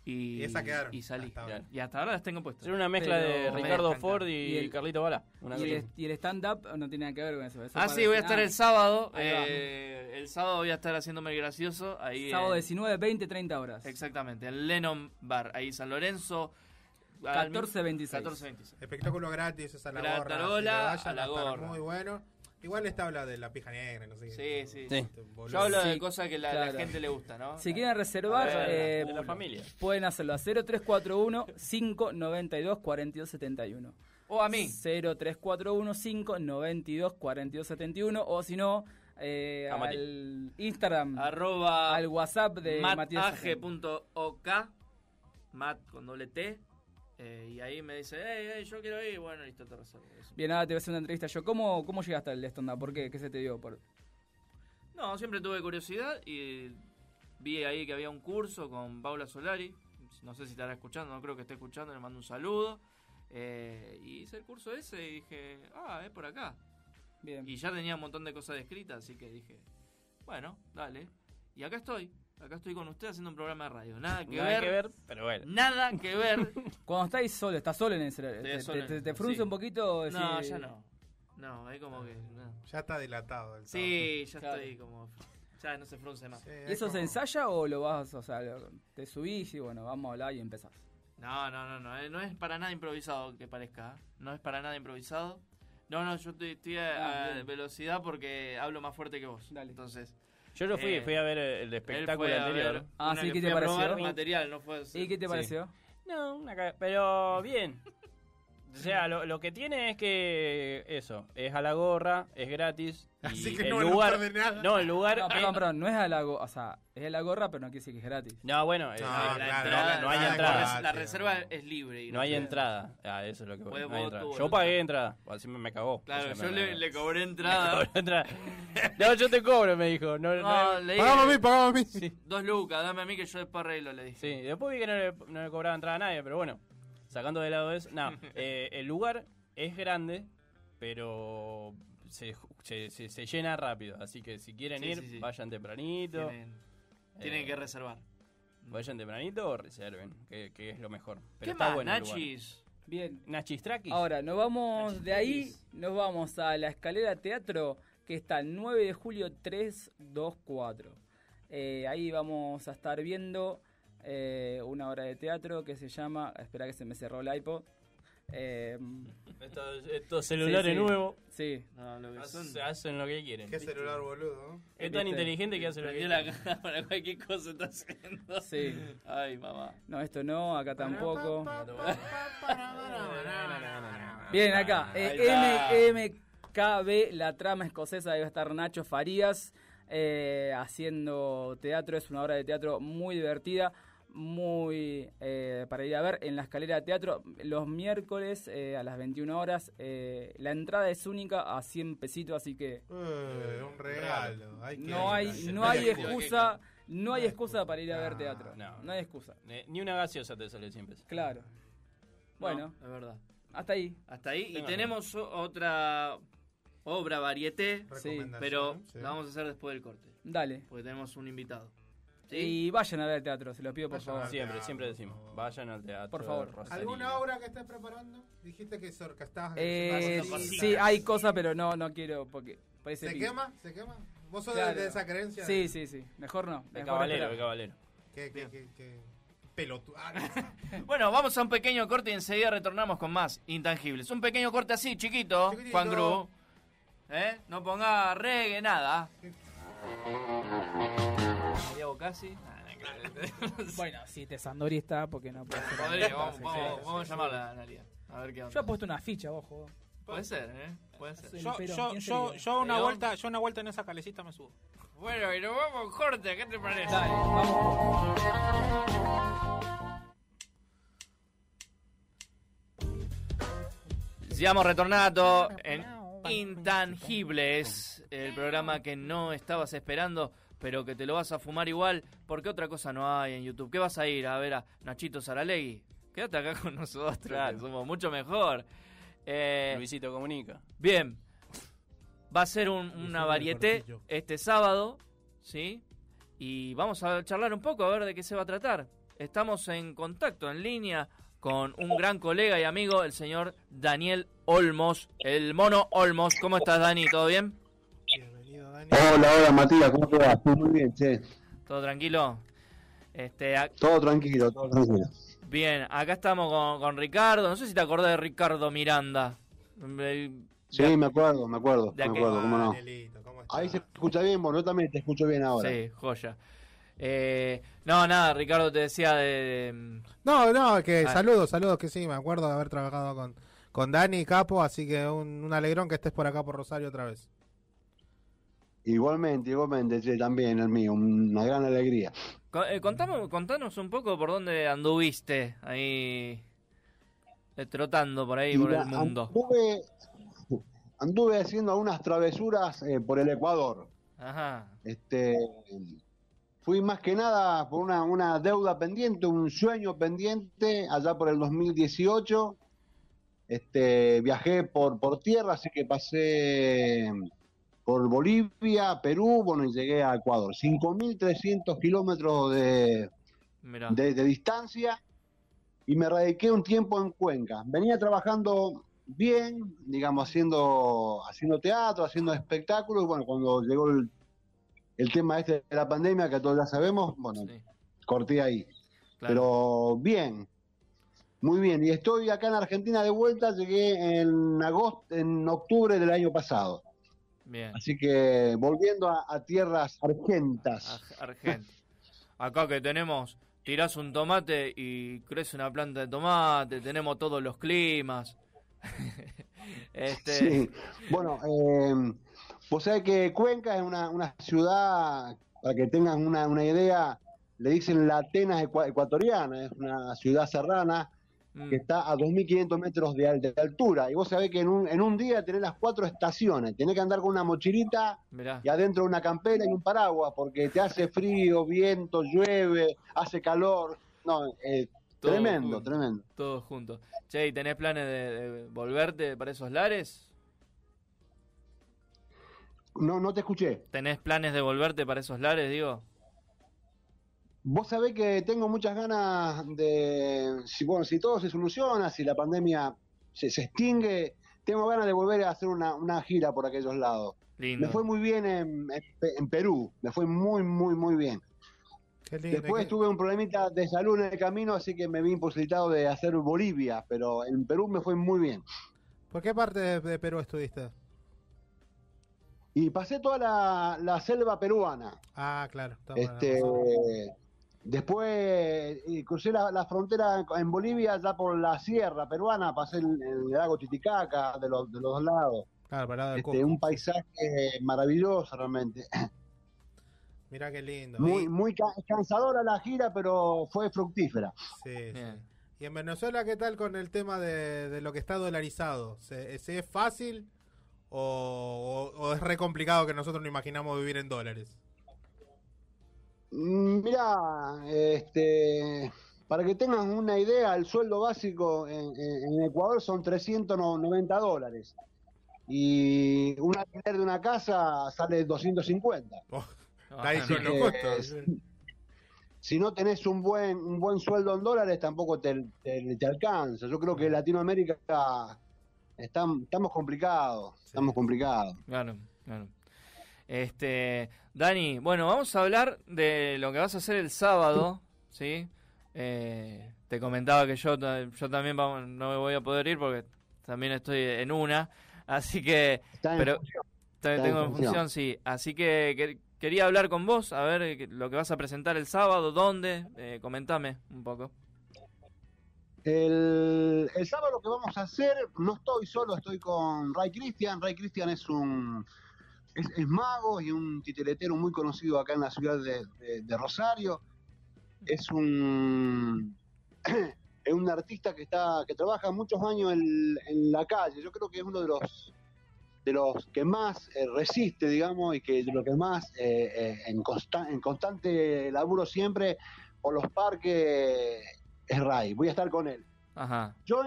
Y esas quedaron. Y salí. Hasta ahora. Y hasta ahora las tengo puestas. Ser una mezcla Pero- de Me Ricardo encanta. Ford Y y el- Carlito Balá. Una Y cosa el, y el stand-up no tiene nada que ver con eso. Eso Ah, para sí, voy a estar el sábado. Ahí va. El sábado voy a estar haciéndome el gracioso. Ahí Sábado en- 19, 20, 30 horas. Exactamente, en Lennon Bar, ahí San Lorenzo. 14:26. 14:26. Espectáculo gratis, es a la Gratarola, gorra. así que vayan, a la va estar gorra. muy bueno. Igual esta habla de la pija negra, no sé qué. Sí. Sí. Boludo. Yo hablo de Sí, cosas que la claro. gente le gusta, ¿no? Si quieren reservar, A ver, de la familia. pueden hacerlo a 0341 592 4271. O a mí. 0341 592 4271. O si no, A Mati. al Instagram, Arroba al WhatsApp de Matías. matage.ok, mat con doble T. Y ahí me dice, hey, yo quiero ir. Bueno, listo, te resuelvo eso. Bien, ahora te voy a hacer una entrevista yo. ¿Cómo llegaste al stand-up? ¿Por qué? ¿Qué se te dio? No, siempre tuve curiosidad y vi ahí que había un curso con Paula Solari. No sé si estará escuchando, no creo que esté escuchando, le mando un saludo. Y hice el curso ese y dije, es por acá. Bien. Y ya tenía un montón de cosas escritas, así que dije, bueno, dale. Y acá estoy con usted haciendo un programa de radio. Nada que ver, pero bueno. nada que ver. Cuando estáis solo, estás solo en el celular. Estoy solo en- ¿Te frunce sí. un poquito? No, decir- ya no. No, es como que... no. Ya está dilatado el Sí, ya Claro. estoy como... Ya no se frunce más. sábado. Sí, ¿Y es eso se como- ensaya o lo vas, o sea, te subís y bueno, vamos a hablar y empezás? No, no es para nada improvisado que parezca. No es para nada improvisado. No, yo estoy a bien. velocidad porque hablo más fuerte que vos. Dale. Entonces, Yo lo fui a ver el él espectáculo fue a anterior. ver Ah, una sí, que ¿qué te fui a pareció? probar material, no fue ¿Y qué te Sí. pareció? No, pero bien. O sea, lo que tiene es que eso, es a la gorra, es gratis. Y Así que el no lugar, pierde nada. No, el lugar. No, perdón, no es a la gorra, o sea, es a la gorra, pero no quiere decir que es gratis. No, bueno, No, la claro, entrada- no hay nada entrada. igual, La tío. reserva es libre. y no hay puede- entrada. Eso es lo que voy. Puede No hay vos entrada. tu Yo pagué entrada, así me cagó. Claro, O sea, yo me- le cobré me entrada. cobró entrada. No, yo te cobro, me dijo. No, No, le Pagame a mí, dije, pagame a mí. 2 lucas, dame a mí que yo después arreglo, le dije. Sí, después vi que no le cobraba entrada a nadie, pero bueno, sacando de lado eso. No, el lugar es grande, pero se llena rápido. Así que si quieren Sí, ir, sí. vayan tempranito. Tienen que reservar. Vayan tempranito o reserven, que es lo mejor. Pero ¿Qué está más, bueno el lugar. Nachis? Bien. Nachistrakis. Ahora, nos vamos de ahí, nos vamos a la Escalera Teatro, que está el 9 de julio 324. Ahí vamos a estar viendo una obra de teatro que se llama... Espera que se me cerró el iPod. Estos celulares sí, sí. nuevos Sí. No, lo que son... hacen lo que quieren. Qué celular boludo. Es tan ¿Viste? inteligente que hace lo que Prendió quiere. la cámara, cualquier cosa está haciendo. Sí. Ay, mamá. No, esto no, acá tampoco. Bien, Bien, acá. Ahí está. MKB, la trama escocesa, debe estar Nacho Farías haciendo teatro. Es una obra de teatro muy divertida, muy para ir a ver en la Escalera de Teatro los miércoles a las 21 horas. La entrada es única a 100 pesitos, así que un regalo. Hay que no hay que- excusa. No hay excusa para ir a ver teatro. No. No hay excusa. Ni una gaseosa te sale siempre. Claro. Bueno, No, es verdad. hasta ahí. Hasta ahí. Y Tengo tenemos otra obra varieté, recomendación, pero sí. la vamos a hacer después del corte. Dale. Porque tenemos un invitado. ¿Sí? Y vayan a ver teatro, se lo pido por Vayan favor. a ver. Siempre, Teatro, siempre por decimos. favor. Vayan al teatro. Por favor. Rosalía. ¿Alguna obra que estés preparando? Dijiste que estabas haciendo Sí, cositas. hay cosas, pero no quiero porque parece ¿Se pinche. quema? ¿Se quema? ¿Vos sos Claro. de esa creencia? Sí. Mejor no. De Mejor caballero, esperar. de caballero. Que pelotudo. Bueno, vamos a un pequeño corte y enseguida retornamos con más Intangibles. Un pequeño corte así, chiquito, Chiquitito. Juan Cruz. No ponga reggae, nada. María Bocasi. Bueno, si te Sandori está, porque no puede ser. Podría, vamos a llamarla a Analia. A ver qué onda. Yo he puesto una ficha, ojo. Puede ser, Puede ser. Sí. Yo, Pero, yo, ¿quién se yo, dio? yo una Pero- vuelta, yo una vuelta en esa calecita me subo. Bueno, y nos vamos a un corte, ¿qué te parece? Dale, vamos. Siamo retornato en Intangibles, el programa que no estabas esperando, pero que te lo vas a fumar igual, porque otra cosa no hay en YouTube. ¿Qué vas a ir a ver a Nachito Saralegui? Quédate acá con nosotros, Claro. que somos mucho mejor. Luisito comunica. Bien, va a ser una varieté este sábado, ¿sí? Y vamos a charlar un poco a ver de qué se va a tratar. estamos en contacto, en línea, con un gran colega y amigo, el señor Daniel Olmos, el Mono Olmos. ¿Cómo estás, Dani? ¿Todo bien? Bienvenido, Dani. Hola, Matías, ¿cómo te va? Estoy muy bien, che. ¿Todo tranquilo? Todo tranquilo, todo tranquilo. Bien, acá estamos con Ricardo. No sé si te acordás de Ricardo Miranda. Sí, me acuerdo, cómo no. Danielito, ¿cómo estás? Ahí se escucha bien, bueno, yo también te escucho bien ahora. Sí, joya. No, nada, Ricardo te decía de... No, que Ah. saludos, que sí, me acuerdo de haber trabajado con Dani Capo, así que un alegrón que estés por acá por Rosario otra vez. Igualmente, che, también el mío, una gran alegría. Contanos un poco por dónde anduviste ahí trotando por ahí, Y por la- el mundo. Anduve haciendo algunas travesuras por el Ecuador. Ajá, Fui más que nada por una deuda pendiente, un sueño pendiente, allá por el 2018. Viajé por tierra, así que pasé por Bolivia, Perú, bueno, y llegué a Ecuador. 5.300 kilómetros mirá. de distancia, y me radiqué un tiempo en Cuenca. Venía trabajando bien, digamos, haciendo teatro, haciendo espectáculos, y bueno, cuando llegó el tema de la pandemia, que todos ya sabemos, bueno, Sí, corté ahí. claro. Pero bien, muy bien. Y estoy acá en Argentina de vuelta, llegué en octubre del año pasado. Bien. Así que volviendo a tierras argentas. Argento. Acá que tenemos, tirás un tomate y crece una planta de tomate, tenemos todos los climas. Sí. Bueno, vos sabés que Cuenca es una ciudad, para que tengan una idea, le dicen la Atenas ecuatoriana, es una ciudad serrana que está a 2.500 metros de altura. Y vos sabés que en un día tenés las 4 estaciones, tenés que andar con una mochilita Mirá, y adentro una campera y un paraguas, porque te hace frío, viento, llueve, hace calor. No, Todo tremendo, junto. tremendo. todos juntos. Che, ¿y tenés planes de volverte para esos lares? No te escuché. ¿Tenés planes de volverte para esos lares, digo? Vos sabés que tengo muchas ganas si todo se soluciona, si la pandemia se extingue, tengo ganas de volver a hacer una gira por aquellos lados. Lindo. Me fue muy bien en Perú, me fue muy, muy, muy bien. Qué lindo. Después tuve un problemita de salud en el camino, así que me vi imposibilitado de hacer Bolivia, pero en Perú me fue muy bien. ¿Por qué parte de Perú estuviste? Y pasé toda la selva peruana. Ah, claro. está bueno, Después crucé la frontera en Bolivia, ya por la sierra peruana, pasé el lago Titicaca de los dos lados. claro, para el lado del Cusco. Un paisaje maravilloso realmente. Mirá qué lindo. Muy cansadora la gira, pero fue fructífera. Sí, Bien. sí. ¿Y en Venezuela qué tal con el tema de lo que está dolarizado? ¿Se es fácil o es re complicado que nosotros no imaginamos vivir en dólares? Mirá, para que tengan una idea, el sueldo básico en Ecuador son $390. Y un alquiler de una casa sale 250. Ahí Ah, son los que costos. Si no tenés un buen sueldo en dólares, tampoco te alcanza. Yo creo que en Latinoamérica estamos complicados. Estamos complicados. Claro, claro. Dani, bueno, vamos a hablar de lo que vas a hacer el sábado, ¿sí? Te comentaba que yo también no me voy a poder ir porque también estoy en una, así que... Está en Pero función. tengo en función, sí. Así que quería hablar con vos, a ver lo que vas a presentar el sábado, dónde, comentame un poco. El sábado lo que vamos a hacer, no estoy solo, estoy con Ray Cristian. Ray Cristian es mago y un titiritero muy conocido acá en la ciudad de Rosario. Es un artista que trabaja muchos años en la calle. Yo creo que es uno de los que más resiste, digamos, y que de lo que más en constante laburo siempre por los parques es Ray. Voy a estar con él. Ajá. Yo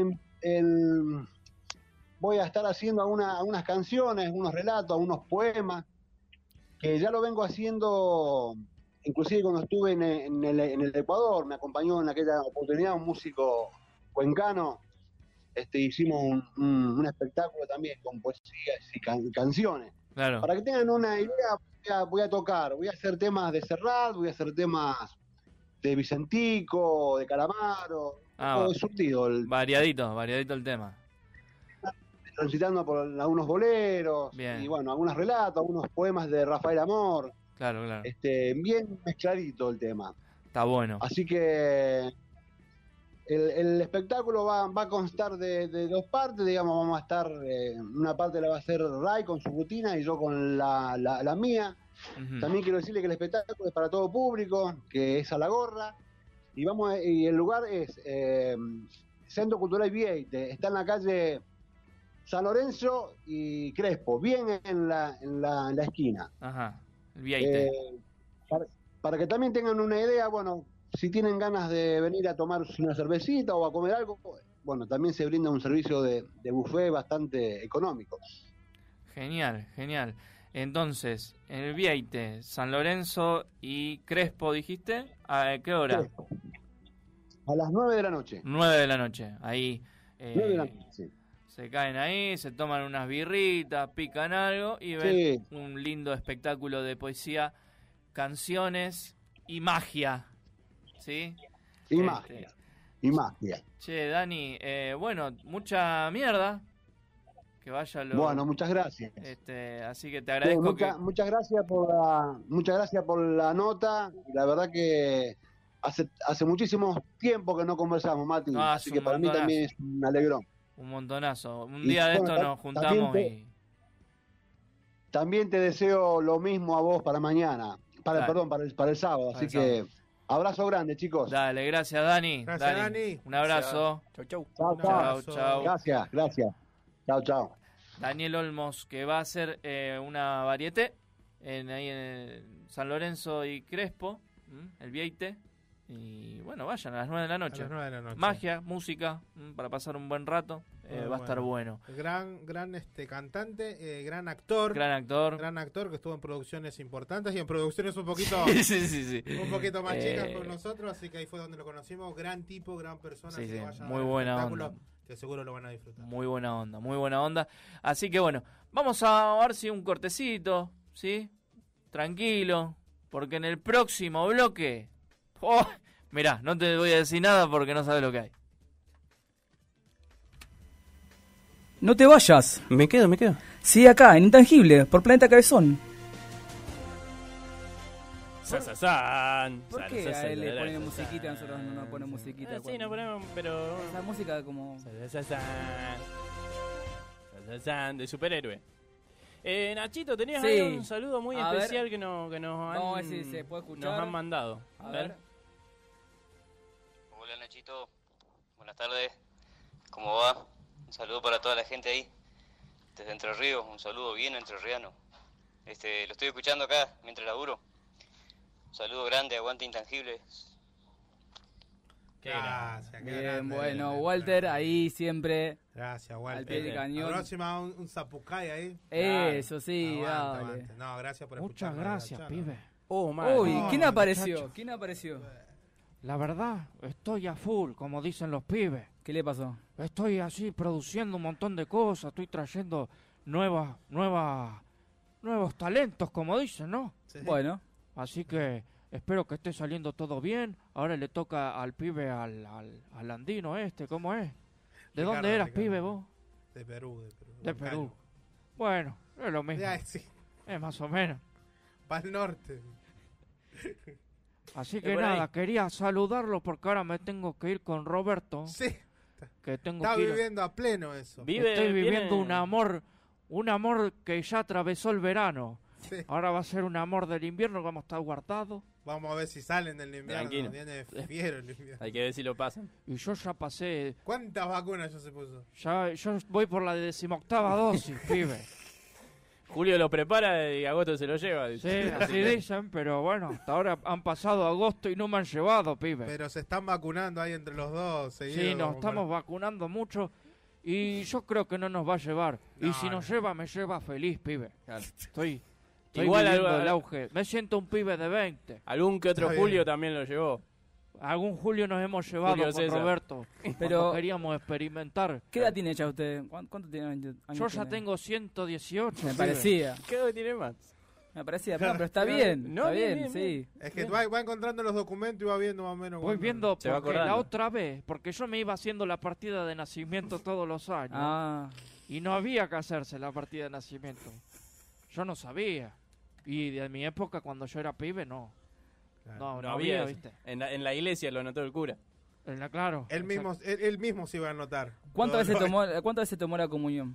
voy a estar haciendo algunas canciones, unos relatos, unos poemas, que ya lo vengo haciendo inclusive cuando estuve en el Ecuador, me acompañó en aquella oportunidad un músico cuencano. Hicimos un espectáculo también con poesías y canciones. Claro. Para que tengan una idea, voy a hacer temas de Serrat, voy a hacer temas de Vicentico, de Calamaro, todo surtido. Variadito el tema. Transitando por algunos boleros, Bien. y bueno, algunos relatos, algunos poemas de Rafael Amor. Claro. Bien mezcladito el tema. Está bueno. Así que el espectáculo va a constar de dos partes, digamos, vamos a estar, una parte la va a hacer Ray con su rutina y yo con la mía. Ujú. También quiero decirle que el espectáculo es para todo público, que es a la gorra, y el lugar es Centro Cultural Vieite, está en la calle San Lorenzo y Crespo, bien en la esquina. Ajá, el Vieite. Para que también tengan una idea, bueno, si tienen ganas de venir a tomar una cervecita o a comer algo, bueno, también se brinda un servicio de buffet bastante económico. Genial. Entonces, en el Vieite, San Lorenzo y Crespo, ¿dijiste? ¿A qué hora? Crespo. A las 9 de la noche. 9 de la noche, ahí. 9 de la noche, sí. Se caen ahí, se toman unas birritas, pican algo y ven un lindo espectáculo de poesía, canciones y magia. ¿Sí? Y magia. Che, Dani, bueno, mucha mierda. Que vaya lo... Bueno, muchas gracias. Así que te agradezco. Muchas gracias por la nota. La verdad que hace muchísimo tiempo que no conversamos, Mati. Así que para mí también es un alegrón. Un montonazo. Un día de esto nos juntamos También te deseo lo mismo a vos para mañana. Para el sábado. Así que abrazo grande, chicos. Dale, gracias, Dani. Gracias, Dani. Un abrazo. Chau. Chau. Gracias. Chau. Daniel Olmos, que va a hacer una varieté ahí en San Lorenzo y Crespo, el Vieite. Y bueno, vayan a las 9 de la noche. A las 9 de la noche. Magia, música, para pasar un buen rato. Va a estar bueno. Gran cantante, gran actor. Gran actor. Gran actor que estuvo en producciones importantes y en producciones un poquito sí. Un poquito más chicas con nosotros, así que ahí fue donde lo conocimos. Gran tipo, gran persona. Sí, que vaya muy buena onda. Que seguro lo van a disfrutar. Muy buena onda. Así que bueno, vamos a ver si un cortecito, ¿sí? Tranquilo, porque en el próximo bloque... ¡Oh! Mirá, no te voy a decir nada porque no sabes lo que hay. No te vayas. Me quedo. Sí, acá, en Intangible, por Planeta Cabezón. ¿Por qué a él le ponen musiquita y a nosotros no nos ponen musiquita? Sí, no ponemos, pero... La música como... De superhéroe. Nachito, tenías Sí. ahí un saludo muy A especial ver. que nos Vamos a ver si se puede escuchar. nos han mandado. A ver. Hola Nachito, buenas tardes, ¿cómo va? Un saludo para toda la gente ahí, desde Entre Ríos, un saludo bien entrerriano. Lo estoy escuchando acá mientras laburo. Un saludo grande, aguante Intangible. Gracias. Bien, bueno, Walter, ahí siempre. Gracias, Walter. Al pie del cañón. La próxima un zapucay ahí. Eso, sí, Aguante. dale. No, gracias por Muchas gracias, pibe. Uy, No, ¿quién apareció? muchacho. ¿Quién apareció? La verdad, estoy a full, como dicen los pibes. ¿Qué le pasó? Estoy así produciendo un montón de cosas, estoy trayendo nuevos talentos, como dicen, ¿no? Sí. Bueno. Así que espero que esté saliendo todo bien. Ahora le toca al pibe, al andino ¿cómo es? ¿De Ricardo, dónde eras, Ricardo. pibe, vos? De Perú. De Perú. Bueno, es lo mismo. Ya, sí. Es más o menos. Para el norte. Así que por nada, ahí. quería saludarlo porque ahora me tengo que ir con Roberto. Sí. Que tengo Está que ir. viviendo a pleno eso. Estoy viviendo un amor que ya atravesó el verano. Sí. Ahora va a ser un amor del invierno que vamos a estar guardados. Vamos a ver si salen del invierno. Tranquilo. Viene fiero el invierno. Hay que ver si lo pasan. Y yo ya pasé, ¿Cuántas vacunas ya se puso? yo voy por la 18ª dosis, pibe. Julio lo prepara y agosto se lo lleva. Sí, así dicen, pero bueno, hasta ahora han pasado agosto y no me han llevado, pibe. Pero se están vacunando ahí entre los dos. Seguido, Sí, nos como estamos vacunando mucho y yo creo que no nos va a llevar. Y No, si nos no. lleva, me lleva feliz, pibe. Estoy Estoy Igual viviendo al- el auge. Me siento un pibe de 20. Algún que otro Está bien. Julio también lo llevó. Algún Julio nos hemos llevado Julio con César. Roberto. Pero- Pero queríamos experimentar. ¿Qué edad tiene ya usted? ¿Cuánto tiene años? Yo ya tiene? tengo 118. Me pibe. parecía. ¿Qué edad tiene más? Me parecía, no, pero está bien. No, está bien, bien, bien, sí. Es que va encontrando los documentos y va viendo más o menos. Voy cuándo- viendo Se va porque la acordando. otra vez, porque yo me iba haciendo la partida de nacimiento todos los años Ah, y no había que hacerse la partida de nacimiento. Yo no sabía. Y de mi época, cuando yo era pibe, no. No, No había eso. ¿viste? En la iglesia lo anotó el cura. Claro. Él mismo se iba a anotar. ¿cuántas Todo veces tomó la comunión?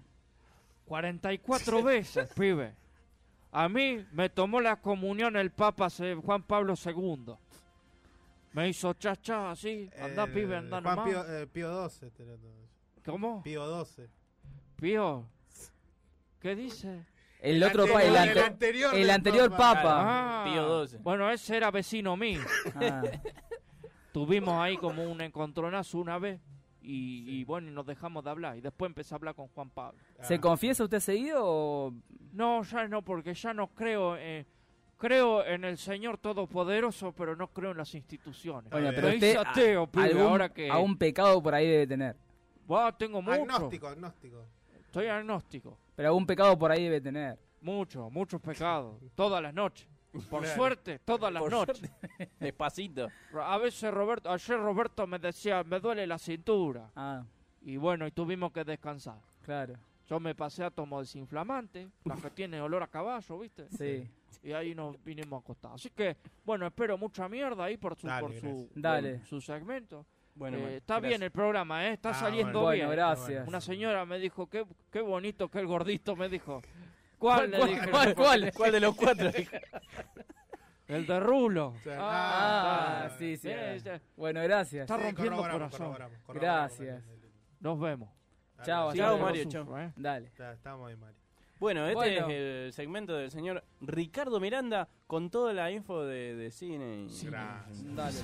44 veces, pibe. A mí me tomó la comunión el Papa Juan Pablo II. Me hizo chacha así. Andá, pibe, andá Juan nomás. Pío XII. ¿Cómo? Pío XII. Pío. ¿Qué dice? El otro el anterior Papa. Ah, Pío XII. Bueno, ese era vecino mío. Ah, Tuvimos ahí como un encontronazo una vez y bueno, y nos dejamos de hablar. Y después empecé a hablar con Juan Pablo. ¿Se confiesa usted seguido o...? No, ya no, porque ya no creo... creo en el Señor Todopoderoso, pero no creo en las instituciones. Oye, pero Me usted hice ateo, pibe, ahora que... algún pecado por ahí debe tener. Buah, tengo mucho. Agnóstico. Estoy agnóstico. Pero algún pecado por ahí debe tener. Muchos pecados. Todas las noches. Por Claro. suerte, todas las Por noches. Despacito. A veces ayer Roberto me decía, me duele la cintura. Ah, Y bueno, y tuvimos que descansar. claro. Yo me pasé a tomo desinflamante, las que tiene olor a caballo, ¿viste? Sí. Y ahí nos vinimos acostados. Así que, bueno, espero mucha mierda ahí por su, Dale, por su, gracias. Dale. su segmento. Bueno, Está gracias. bien el programa, está saliendo Bueno, bien. gracias. Una señora me dijo, qué bonito que el gordito me dijo. ¿Cuál? Le dije. ¿Cuál de los cuatro? El de Rulo. Sí. Ah, Ah, sí, sí. sí. Bueno, gracias. Está rompiendo corazón. Gracias. Nos vemos. Chao, Chao, hasta Mario, luego. chao. Dale. Estamos ahí, Mario. Bueno, este Bueno. es el segmento del señor Ricardo Miranda con toda la info de cine. Y... Gracias. Dale.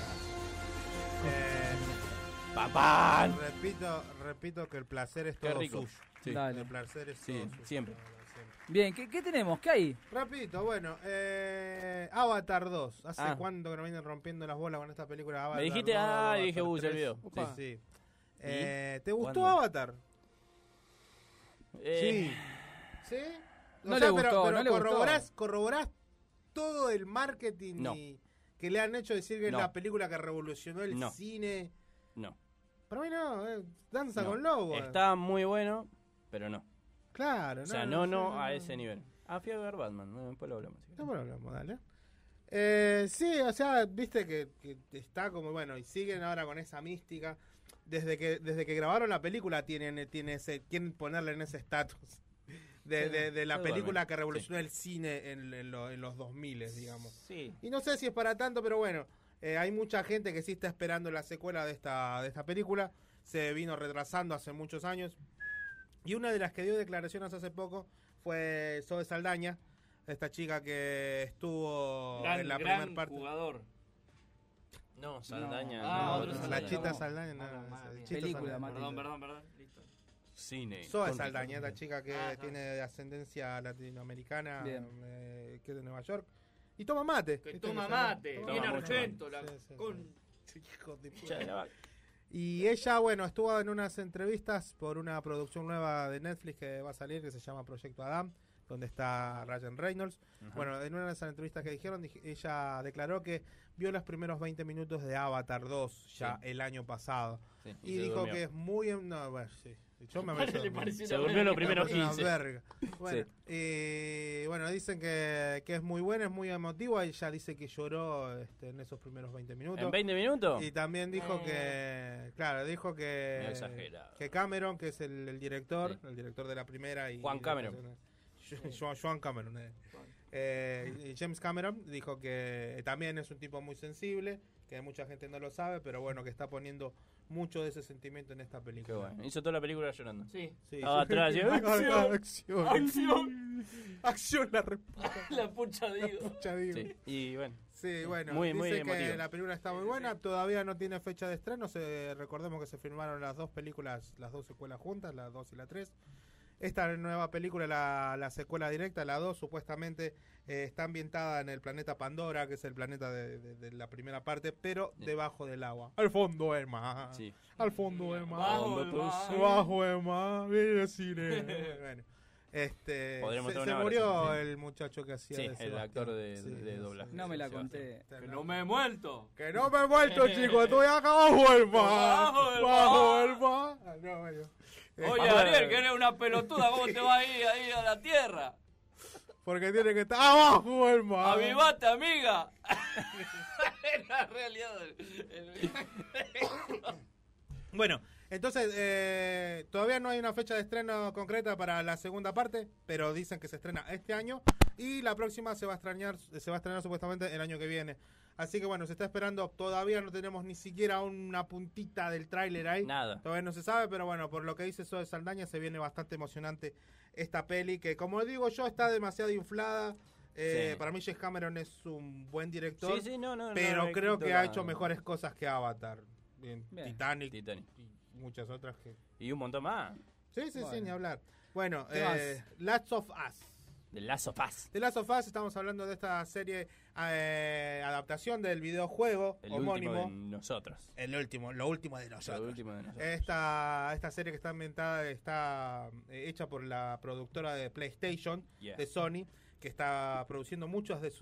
¡Papá! Repito que el placer es Qué todo rico. suyo. Sí. Dale. El placer es Sí, todo suyo. siempre. Bien, ¿qué tenemos? ¿Qué hay? Rapidito, bueno, Avatar 2. ¿Hace Ah. cuánto que nos vienen rompiendo las bolas con esta película? Avatar Me dijiste, 2, y Avatar dije, se 3? olvidó. Sí, sí. ¿Te gustó ¿Cuándo? Avatar? Eh, ¿Sí? O No sea, le gustó, pero no le gustó. corroborás todo el marketing No. que le han hecho decir que es No. la película que revolucionó el No. cine. No. Para mí no, Danza no. con Lobo. Está muy bueno, pero no. Claro, O sea, no a ese nivel. Ah, fui a ver Batman, después lo hablamos. si querés. No hablamos, dale. Sí, o sea, viste que está como, bueno, y siguen ahora con esa mística. Desde que grabaron la película quieren ponerle en ese estatus de la duerme. película que revolucionó el cine en los 2000, digamos. Sí. Y no sé si es para tanto, pero bueno, hay mucha gente que sí está esperando la secuela de esta película. Se vino retrasando hace muchos años. Y una de las que dio declaraciones hace poco fue Zoe Saldaña, esta chica que estuvo en la primera parte. jugador. No, Saldaña. Ah, no, otro no, La Saldaña. Chita No. Saldaña, no, Ah, esa, madre mía. Chita Película, Saldaña. Mati. Perdón. Listo. Cine. Zoe Con- Saldaña, esta chica que Ajá. tiene de ascendencia latinoamericana, Bien. que es de Nueva York. Y toma mate. Que ¿viste? toma Que mate, toma bien mate. argento, la Sí, sí, con... sí. Hijo de puta. Ya, ya. Y ella, bueno, estuvo en unas entrevistas por una producción nueva de Netflix que va a salir, que se llama Proyecto Adam, donde está Ryan Reynolds. Ajá. Bueno, en una de esas entrevistas que dijeron, ella declaró que vio los primeros 20 minutos de Avatar 2 ya Sí. el año pasado. Sí, Y se dijo durmió. que es muy... No, bueno, sí. Yo me había Le pareció Se una durmió los verga. primeros una 15. verga. Bueno, bueno, dicen que es muy buena, es muy emotiva. Y ella dice que lloró en esos primeros 20 minutos. ¿En 20 minutos? Y también dijo que, claro, dijo que, Medio exagerado. que Cameron, que es el director, Sí. el director de la primera y Juan Cameron. Joan Cameron, y James Cameron dijo que también es un tipo muy sensible, que mucha gente no lo sabe, pero bueno, que está poniendo mucho de ese sentimiento en esta Qué película. bueno. Hizo toda la película llorando. Sí. Sí, Ah, atrás, ¿sí? acción, ¡Acción! acción, la reputa, La pucha digo. pucha, digo. Sí. Y bueno. Sí, bueno, Muy, dice muy que emotivo. la película está muy buena, todavía no tiene fecha de estreno, recordemos que se filmaron las dos películas, las dos secuelas juntas, la 2 y la 3, esta nueva película, la secuela directa, la 2, supuestamente está ambientada en el planeta Pandora, que es el planeta de la primera parte, pero debajo del agua. Al fondo del mar. Sí. Al fondo del mar. Bajo el mar. Bajo el mar. Viene el cine. Bueno. Podríamos Se tener una murió versión, sí. el muchacho que hacía Sí, de el Sebastián. actor de Sí, doblaje. No me la Sebastián. conté. Que no me he muerto. Que no me he muerto, chicos. Estoy acá bajo el mar. Bajo el Bajo mar. el mar. Ah, no, bueno. Oye, Ariel, que eres una pelotuda, ¿cómo te vas a ir ahí a la tierra? Porque tiene que estar abajo el mar. Avivate, amiga. Es la realidad Bueno, entonces todavía no hay una fecha de estreno concreta para la segunda parte, pero dicen que se estrena este año y la próxima se va a estrenar supuestamente el año que viene. Así que bueno, se está esperando, todavía no tenemos ni siquiera una puntita del tráiler ahí. Nada. Todavía no se sabe, pero bueno, por lo que dice Zoe Saldaña se viene bastante emocionante esta peli, que como digo yo, está demasiado inflada. Sí. Para mí James Cameron es un buen director, Sí, no, pero no, creo no, que no, ha no. hecho mejores cosas que Avatar. Bien, Bien. Titanic Titanic. y muchas otras que... Y un montón más. Sí, Bueno. ni hablar. Bueno, ¿Qué más? Last of Us. De Last of Us. The Last of Us, estamos hablando de esta serie adaptación del videojuego El homónimo. último de nosotros. Lo último de nosotros. Lo último de nosotros. Esta serie que está ambientada está hecha por la productora de PlayStation, Yeah. de Sony, que está produciendo muchos de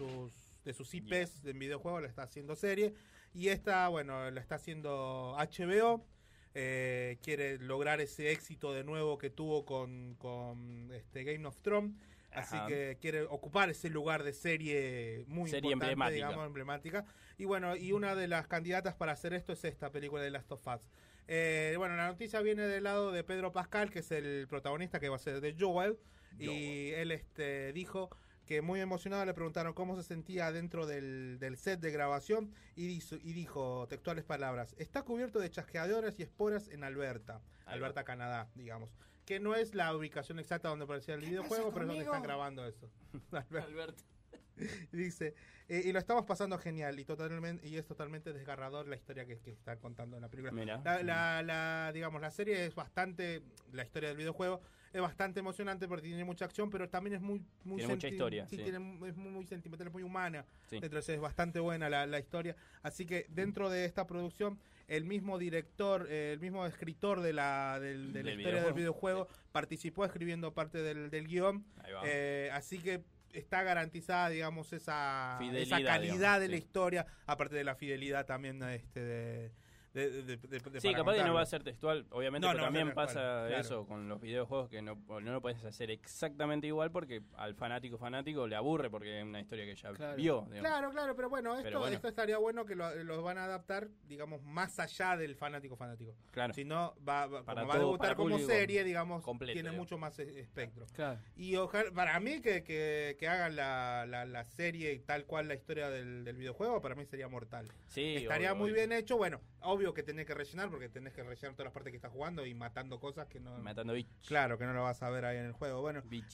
sus IPs en videojuegos, la está haciendo serie. Y esta, bueno, la está haciendo HBO. Quiere lograr ese éxito de nuevo que tuvo con Game of Thrones. Así Ajá. que quiere ocupar ese lugar de serie muy Serie importante, emblemática. digamos, emblemática. Y bueno, y una de las candidatas para hacer esto es esta película de Last of Us. Bueno, la noticia viene del lado de Pedro Pascal, que es el protagonista que va a ser de Joel. Y él dijo que muy emocionado le preguntaron cómo se sentía dentro del set de grabación y dijo textuales palabras: está cubierto de chasqueadores y esporas en Alberta, Canadá, digamos, que no es la ubicación exacta donde aparecía el videojuego, pero es donde están grabando eso. Alberto. Dice, y lo estamos pasando genial y es totalmente desgarrador la historia que está contando en la película. Mira. Digamos, la serie es bastante, la historia del videojuego es bastante emocionante porque tiene mucha acción, pero también es muy Tiene mucha historia, sí. es muy sentimental, es muy humana. Sí. Entonces es bastante buena la historia. Así que dentro de esta producción, el mismo director, el mismo escritor de la historia del videojuego participó escribiendo parte del guión. Ahí va. Así que está garantizada, digamos, esa calidad digamos, de la sí. historia, aparte de la fidelidad también de Sí, para capaz que no contarlo. va a ser textual, obviamente, No, pero no va a también ser pasa textual, claro. eso con los videojuegos, que no lo puedes hacer exactamente igual porque al fanático le aburre porque es una historia que ya vio. Digamos. Claro, pero bueno, Pero bueno. esto estaría bueno que lo van a adaptar, digamos, más allá del fanático. Claro. Si no, va Para a todo, debutar para como público serie, digamos, completo, tiene digamos. mucho más espectro. Claro. Y ojalá, para mí que hagan la serie tal cual la historia del videojuego, para mí sería mortal. Sí, Estaría obvio, muy obvio. bien hecho. Bueno, obvio que tenés que rellenar, porque tenés que rellenar todas las partes que estás jugando y matando cosas que no... Matando bichos. Claro, que no lo vas a ver ahí en el juego. Bueno, Bichos.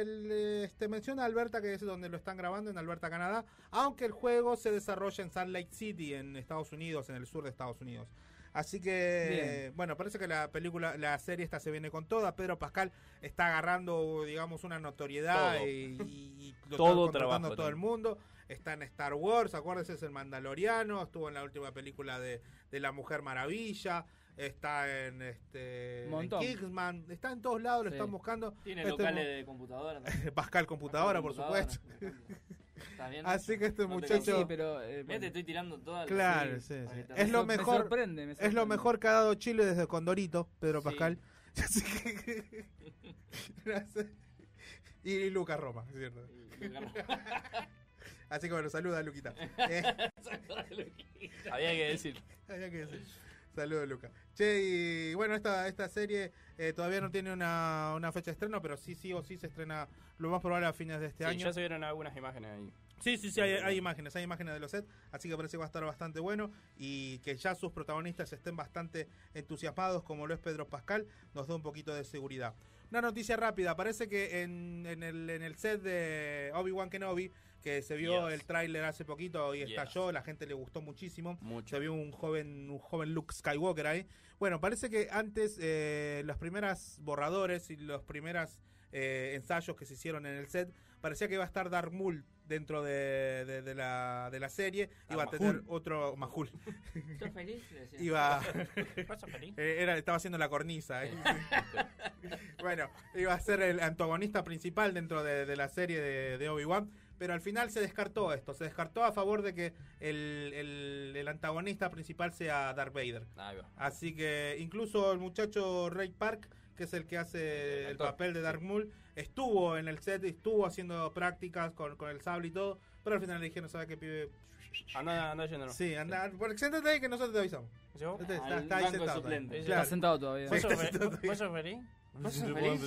menciona Alberta, que es donde lo están grabando, en Alberta, Canadá, aunque el juego se desarrolla en Salt Lake City, en Estados Unidos, en el sur de Estados Unidos. Así que, bueno, parece que la serie esta se viene con toda. Pedro Pascal está agarrando, digamos, una notoriedad Todo. y lo Todo está contratando trabajo todo el también. mundo. Está en Star Wars, acuérdense, es el Mandaloriano, estuvo en la última película de La Mujer Maravilla, está en Montón. Kingsman, está en todos lados, lo Sí. están buscando. Tiene locales de computadora también. Pascal Computadora, por supuesto. ¿Estás bien? Así que este No te muchacho... cansé. Sí, pero Mira, te estoy tirando toda la... Claro, sí, para sí. que te Es lo me mejor, sorprende. es lo mejor que ha dado Chile desde Condorito, Pedro Sí. Pascal. Así que... y Lucas Roma, es cierto. Así que bueno, saluda Luquita. Había que decir. Había que decir. Saludos, Lucas. Che, y bueno, esta serie todavía no tiene una fecha de estreno, pero sí o sí se estrena lo más probable a fines de este Sí, año. ya se vieron algunas imágenes ahí. Sí, hay imágenes de los sets, así que parece que va a estar bastante bueno y que ya sus protagonistas estén bastante entusiasmados, como lo es Pedro Pascal, nos da un poquito de seguridad. Una noticia rápida, parece que en el set de Obi-Wan Kenobi que se vio Yes. el tráiler hace poquito y Yes. estalló, la gente le gustó muchísimo. Mucho. Se vio un joven Luke Skywalker ahí. Bueno, parece que antes los primeros borradores y los primeros ensayos que se hicieron en el set, parecía que iba a estar Darth Maul dentro de la serie. Iba a tener otro Mahul. ¿Estás feliz? Le decía. Iba ¿Estás feliz? estaba haciendo la cornisa. Bueno, iba a ser el antagonista principal dentro de la serie de Obi-Wan. Pero al final se descartó esto. Se descartó a favor de que el antagonista principal sea Darth Vader. Ahí va. Así que incluso el muchacho Ray Park, que es el que hace el papel de Darth Maul, estuvo en el set, estuvo haciendo prácticas con el sable y todo. Pero al final le dijeron, ¿sabes qué, pibe? Anda yéndonos. Sí, anda. Siéntate ahí que nosotros te avisamos. ¿Yo? Está Banco ahí de sentado. suplente. Claro. Está sentado todavía. ¿Vos sos Sí, está fe- vos sos feliz? ¿Vos sos feliz?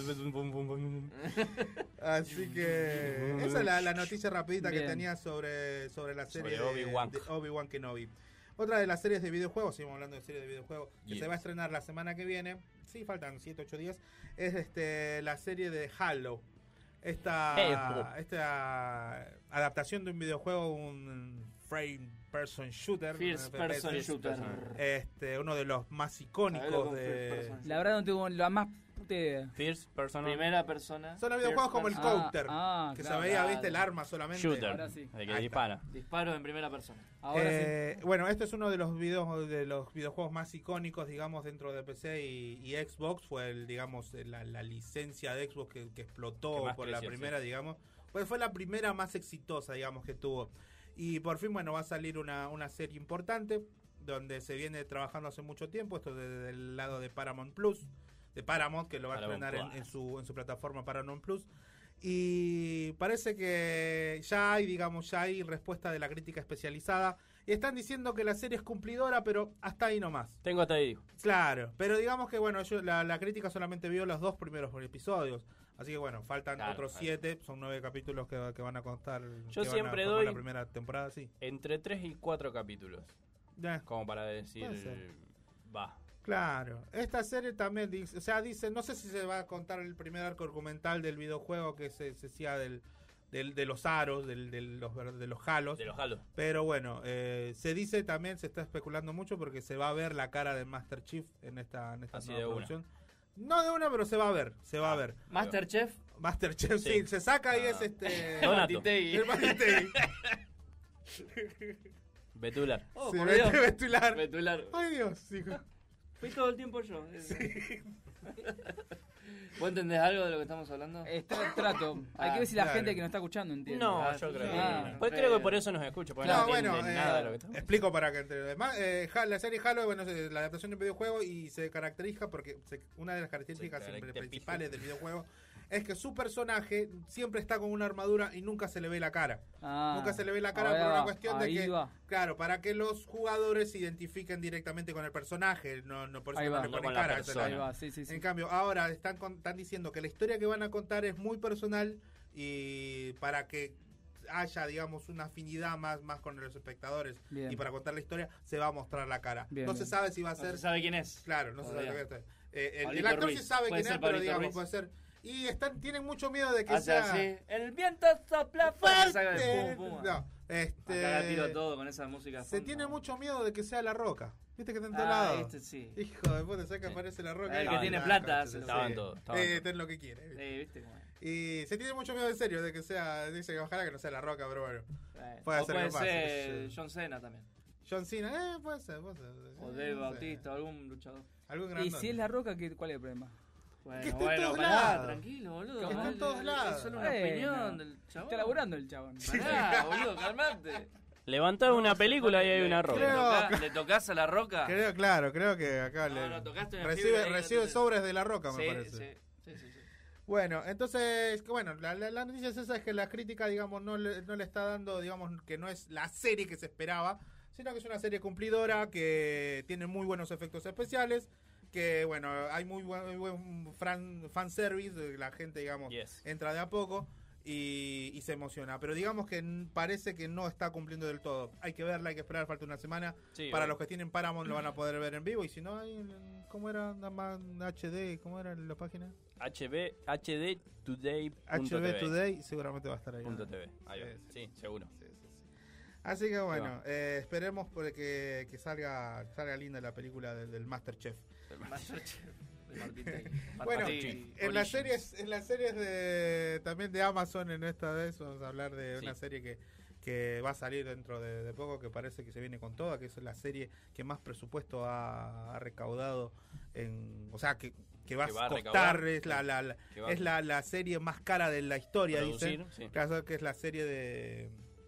Así que esa es la noticia rapidita que Bien. tenía sobre la serie Sobre Obi-Wan. de Obi-Wan Kenobi. Otra de las series de videojuegos, seguimos hablando de series de videojuegos, que Yes. se va a estrenar la semana que viene, sí, faltan 7, 8 días, es la serie de Halo. Esta adaptación de un videojuego, un frame person shooter, First un FPS, person shooter. uno de los más Sabelo icónicos con first de... person. La verdad no tengo la más puta idea. First person. Primera persona. Son los videojuegos como el First person. Counter, que claro. se veía, claro. viste, el arma solamente. Shooter. Ahora sí. El que Ahí dispara. Disparo en primera persona. Ahora sí. Bueno, este es uno de los videojuegos más icónicos, digamos, dentro de PC y Xbox. Fue la licencia de Xbox que Que explotó más por la creció, primera, sí. digamos. Pues fue la primera más exitosa, digamos, que tuvo. Y por fin, bueno, va a salir una serie importante donde se viene trabajando hace mucho tiempo. Esto desde el lado de Paramount Plus, de Paramount, que lo va a Paramount estrenar en Plus. su plataforma Paramount Plus. Y parece que ya hay respuesta de la crítica especializada. Y están diciendo que la serie es cumplidora, pero hasta ahí nomás. Tengo hasta ahí, dijo. Claro, pero digamos que bueno, la crítica solamente vio los 2 primeros episodios. Así que bueno, faltan Claro, otros claro. 7, son 9 capítulos que van a constar. Yo que van a siempre formar doy- la primera temporada, sí. Entre 3 y 4 capítulos. Como para decir, Puede ser. va. Claro, esta serie también dice, no sé si se va a contar el primer arco argumental del videojuego que se decía de los aros, de los halos. De los halos. Pero bueno, se dice también, se está especulando mucho porque se va a ver la cara de Master Chief en esta Así nueva de una. producción. No de una, pero se va a ver, a ver. Masterchef. Masterchef, sí, se saca y es Donato. Matitegui. el Matitegui. Betular. Oh, Sí, por Dios. Betular. Betular. Ay, Dios, hijo. Fui todo el tiempo yo. ¿Vos entendés algo de lo que estamos hablando? Trato. Hay que ver si la claro. gente que nos está escuchando entiende. No, Ah, yo sí, creo sí. que no. Pues Pero- creo que por eso nos escucha, porque No, no bueno, entienden nada de lo que estamos. explico para que entre. La serie Halo, bueno, es la adaptación de un videojuego y se caracteriza porque una de las características principales del videojuego es que su personaje siempre está con una armadura y nunca se le ve la cara. Nunca se le ve la cara ahí por una va, cuestión de ahí que, va. claro, para que los jugadores se identifiquen directamente con el personaje, no por eso Ahí no va. le No ponen con la cara. esa es la- Ahí va, sí, sí, sí. En cambio, ahora están diciendo que la historia que van a contar es muy personal y para que haya, digamos, una afinidad más con los espectadores Bien. y para contar la historia se va a mostrar la cara. Bien, no bien. se sabe si va a No ser... se sabe quién es. Claro, no se sabe Todavía. qué va a ser. El Pablito actor Ruiz. sí sabe Puede quién ser es, pero Pablito digamos, Ruiz. puede ser... Y tienen mucho miedo de que Hace sea... así. El viento sopla fuerte. Saca de fuerte. pum, pum. No, A cagar tiro todo con esa música. de se fondo. tiene mucho miedo de que sea La Roca. ¿Viste que está en todos lados? Sí. Hijo de puta, ¿sabes que aparece La Roca? El Ahí que tiene está, plata, concha, hace lo Estaban sí. todos. estaban todos. Ten lo que quiere. ¿viste? ¿Viste cómo es? Y se tiene mucho miedo en serio de que sea, dice que ojalá que no sea La Roca, pero bueno. Bueno, Puede o ser puede capaz, ser sí. John Cena también. John Cena, puede ser. O no Dave sé. Bautista, o algún luchador. Algún Y grandón. si es la roca, ¿cuál es el problema? Bueno, Que está en todos pará, lados. tranquilo, boludo. Que está en todos lados. Es solo una Bueno. opinión del chabón. Está laburando el chabón. Pará, boludo, calmate. Levantá una película y hay una roca. Creo- ¿Le tocás a la roca? Creo que acá No, tocaste una recibe fibra ahí, recibe entonces- sobres de La Roca, me Sí, parece. sí. Bueno, entonces, bueno, la noticia es esa, es que la crítica, digamos, no le está dando, digamos, que no es la serie que se esperaba, sino que es una serie cumplidora, que tiene muy buenos efectos especiales, que, bueno, hay muy buen fanservice, la gente, digamos, Yes. entra de a poco, y se emociona. Pero digamos que parece que no está cumpliendo del todo. Hay que verla, hay que esperar, falta una semana. Sí, Para bueno. los que tienen Paramount lo van a poder ver en vivo. Y si no, ¿cómo era? Nada más HD, ¿cómo era la página? hdtoday.tv. HB Today seguramente va a estar ahí. .tv. Ahí va. Sí, seguro. Así que bueno, esperemos que salga linda la película del Masterchef. Bueno, en las series también de Amazon en esta vez vamos a hablar de una serie que va a salir dentro de poco, que parece que se viene con toda, que es la serie que más presupuesto ha recaudado o sea que va a costar, es la serie más cara de la historia, dicen. Sí. Que es la serie de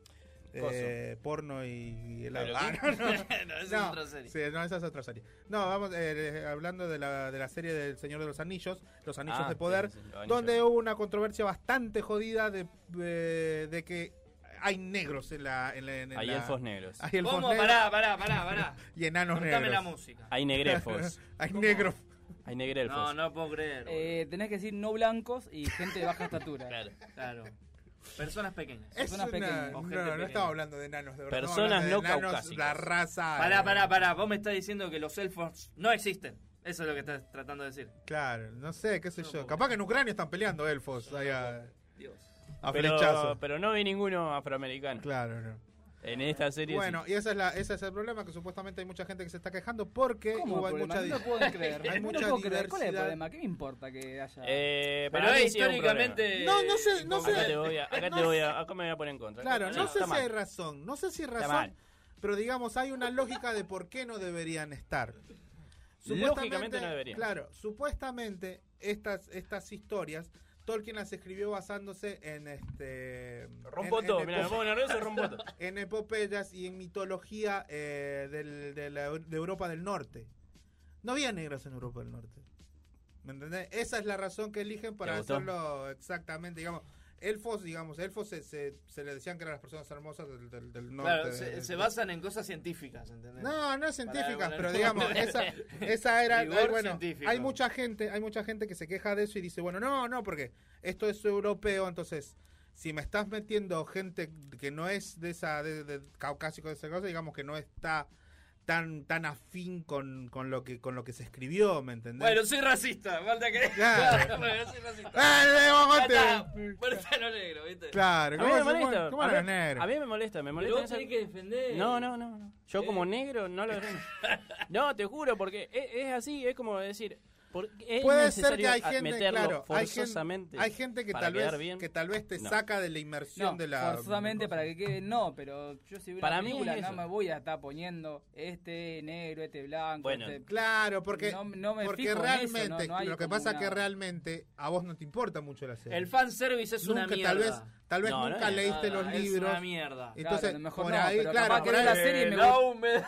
porno y el No, esa es otra serie. Sí, no, esa es otra serie. No, vamos hablando de la serie del Señor de los Anillos de Poder, donde hubo una controversia bastante jodida de que hay negros hay elfos negros. Hay elfos ¿Cómo? negros. Pará. Y enanos Cortame negros. la música. Hay negrefos. Hay negros. Hay negrelfos. No puedo creer. Tenés que decir no blancos y gente de baja estatura. Claro. Personas pequeñas. Personas pequeñas. No estamos hablando de enanos de verdad. Personas no enanos, caucásicas. La raza. Pará. Vos me estás diciendo que los elfos no existen. Eso es lo que estás tratando de decir. Claro, no sé, qué sé yo. Capaz que en Ucrania están peleando elfos. Dios. A flechazo. Pero no vi ninguno afroamericano. Claro, no. En esta serie. Bueno, y ese es el problema, que supuestamente hay mucha gente que se está quejando porque hay mucha no puedo creer. hay No mucha puedo creer. diversidad. ¿Cuál es el problema? ¿Qué me importa que haya? Pero históricamente. No sé. Acá me voy a poner en contra. Claro, no sé está si mal. hay razón. No sé si hay Está razón. mal. Pero digamos, hay una lógica de por qué no deberían estar. Lógicamente no deberían. Claro, supuestamente estas historias Tolkien las escribió basándose en Rompoto, mira, me pongo nervioso, rompoto. en epopeyas y en mitología de Europa del Norte. No había negros en Europa del Norte. ¿Me entendés? Esa es la razón que eligen para hacerlo exactamente, digamos. Elfos se le decían que eran las personas hermosas del norte. Claro, se basan en cosas científicas, ¿entendés? No es científicas, pero digamos, esa era, hay mucha gente que se queja de eso y dice, bueno, no, porque esto es europeo, entonces si me estás metiendo gente que no es de caucásico, de esa cosa, digamos que no está tan afín con lo que se escribió, ¿me entendés? Bueno, soy racista, falta que... Claro. Bueno, soy racista. Por eso no negro, ¿viste? Claro, A mí me molesta. ¿Cómo eres negro? A mí me molesta. Pero vos tenés que defender. No. Yo como negro no lo defendo. No, te juro, porque es así, es como decir... Puede ser que hay gente, meterlo claro, forzosamente hay gente que tal vez te saca de la inmersión de la... forzosamente para que quede, pero yo si veo para una película mí es no eso. me voy a estar poniendo este negro, este blanco, Bueno, claro, porque no me porque fijo en realmente eso, no hay lo que como pasa es que una- realmente a vos no te importa mucho la serie. El fanservice es una Nunca, mierda. tal vez No, nunca no, leíste los Es libros. una mierda. Entonces, Claro, a lo mejor por no, ahí, pero claro, capaz que por ahí- la serie me la gusta. húmeda.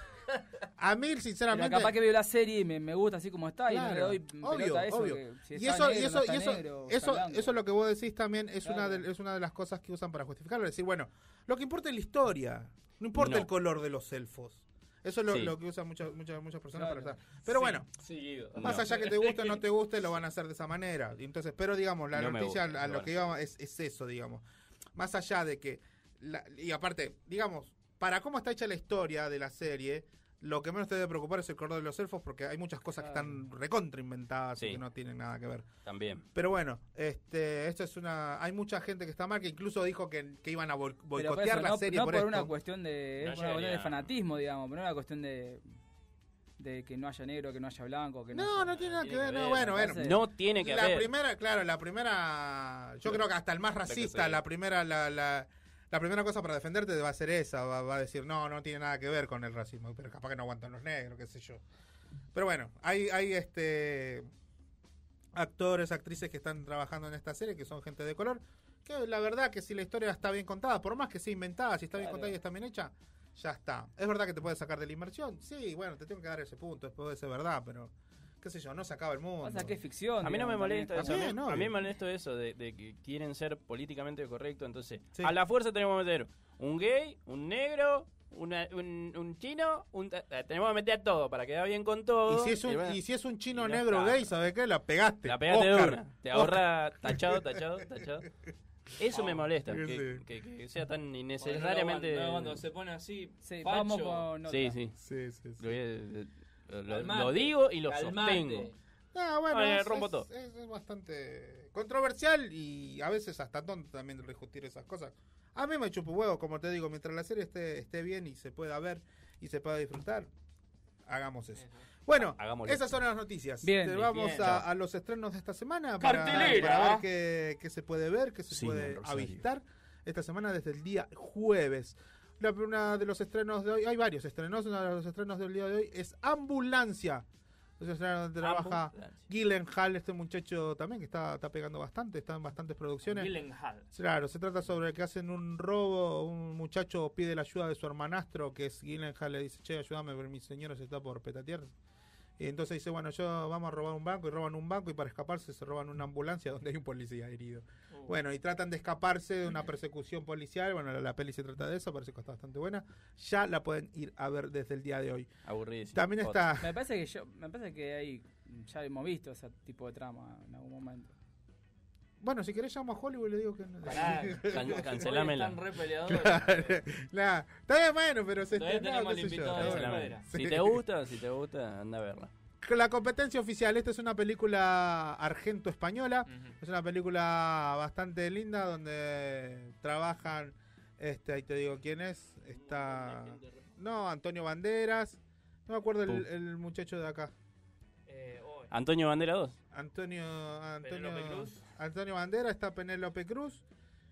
a mí Pero sinceramente capaz que veo la serie y me gusta así como está y no le Claro, doy pelota a eso. obvio. que si Y está eso, negro, no está negro, está eso blanco. es lo que vos decís también, es Claro. es una de las cosas que usan para justificarlo, es decir, bueno, lo que importa es la historia, no importa el color de los elfos. Eso es lo que usan muchas personas para usar. Pero bueno, más allá que te guste o no te guste, lo van a hacer de esa manera. Y entonces, pero digamos, la No me noticia gusta, a lo bueno. que íbamos es eso, digamos. Más allá de que, y aparte, digamos, para cómo está hecha la historia de la serie, lo que menos te debe preocupar es el color de los elfos, porque hay muchas cosas que están recontra inventadas y que no tienen nada que ver. También. Pero bueno, esto es hay mucha gente que está mal, que incluso dijo que iban a Pero por boicotear eso, la no, serie no por por esto. una cuestión de, No es por una cuestión de llegaría. fanatismo, digamos, pero no una cuestión de que no haya negro, que no haya blanco, que No, no tiene nada que ver, no, bueno, me parece- No tiene que haber. la primera, yo creo que hasta el más racista, la primera cosa para defenderte va a ser esa, va a decir, no tiene nada que ver con el racismo, pero capaz que no aguantan los negros, qué sé yo. Pero bueno, hay actores, actrices que están trabajando en esta serie, que son gente de color, que la verdad que si la historia está bien contada, por más que sea inventada, si está bien contada y está bien hecha, ya está. ¿Es verdad que te puede sacar de la inmersión? Sí, bueno, te tengo que dar ese punto, después de ser verdad, pero qué sé yo, no se acaba el mundo. Pasa que es ficción. A mí no me digamos, molesta también. eso. También, A mí obvio. me molesta eso de que quieren ser políticamente correctos. Entonces, Sí. a la fuerza tenemos que meter un gay, un negro, un chino, tenemos que meter todo para quedar bien con todo. Y si es un chino Y ya negro está. gay, ¿sabes qué? La pegaste. La pegaste de Oscar. una. Te ahorra tachado. Eso me molesta, Sí. que sea tan innecesariamente... Cuando se pone así, Sí, facho. vamos con otra. Sí. Sí, sí, sí. Lo digo y lo Calmate. sostengo. No, bueno, Ay, rompo todo. es bastante controversial y a veces hasta tonto también discutir esas cosas. A mí me chupa un huevo, como te digo, mientras la serie esté bien y se pueda ver y se pueda disfrutar, hagamos eso. Bueno, Hagámoslo. esas son las noticias. Bien. Vamos Bien. a los estrenos de esta semana para Cartelera. ver qué se puede ver, qué se Cine puede en Rosario. avistar esta semana desde el día jueves. Una de los estrenos de hoy, hay varios estrenos, uno de los estrenos del día de hoy es Ambulancia. Es un estreno donde trabaja Ambulancia. Gyllenhaal, este muchacho también que está pegando bastante, está en bastantes producciones. Gyllenhaal. Claro, se trata sobre que hacen un robo, un muchacho pide la ayuda de su hermanastro, que es Gyllenhaal, le dice, che, ayúdame, pero mi señora se está por petatear. Y entonces dice, bueno, vamos a robar un banco, y roban un banco, y para escaparse se roban una ambulancia donde hay un policía herido. Bueno, y tratan de escaparse de una persecución policial. Bueno, la peli se trata de eso, parece que está bastante buena. Ya la pueden ir a ver desde el día de hoy. Aburridísimo. También está... Me parece que ahí ya hemos visto ese tipo de trama en algún momento. Bueno, si querés llamo a Hollywood y le digo que no. Cancelámela. Están re peleadores. Nah, está bien, bueno, pero se Todavía estrenó, tenemos qué el sé yo, invitado está de bueno. afuera. Si te gusta, anda a verla. La competencia oficial, esta es una película argento-española, es una película bastante linda donde trabajan, ahí te digo quién es, está, no, Antonio Banderas, no me acuerdo el muchacho de acá, Antonio Bandera 2. Penélope Cruz. Antonio Banderas, está Penélope Cruz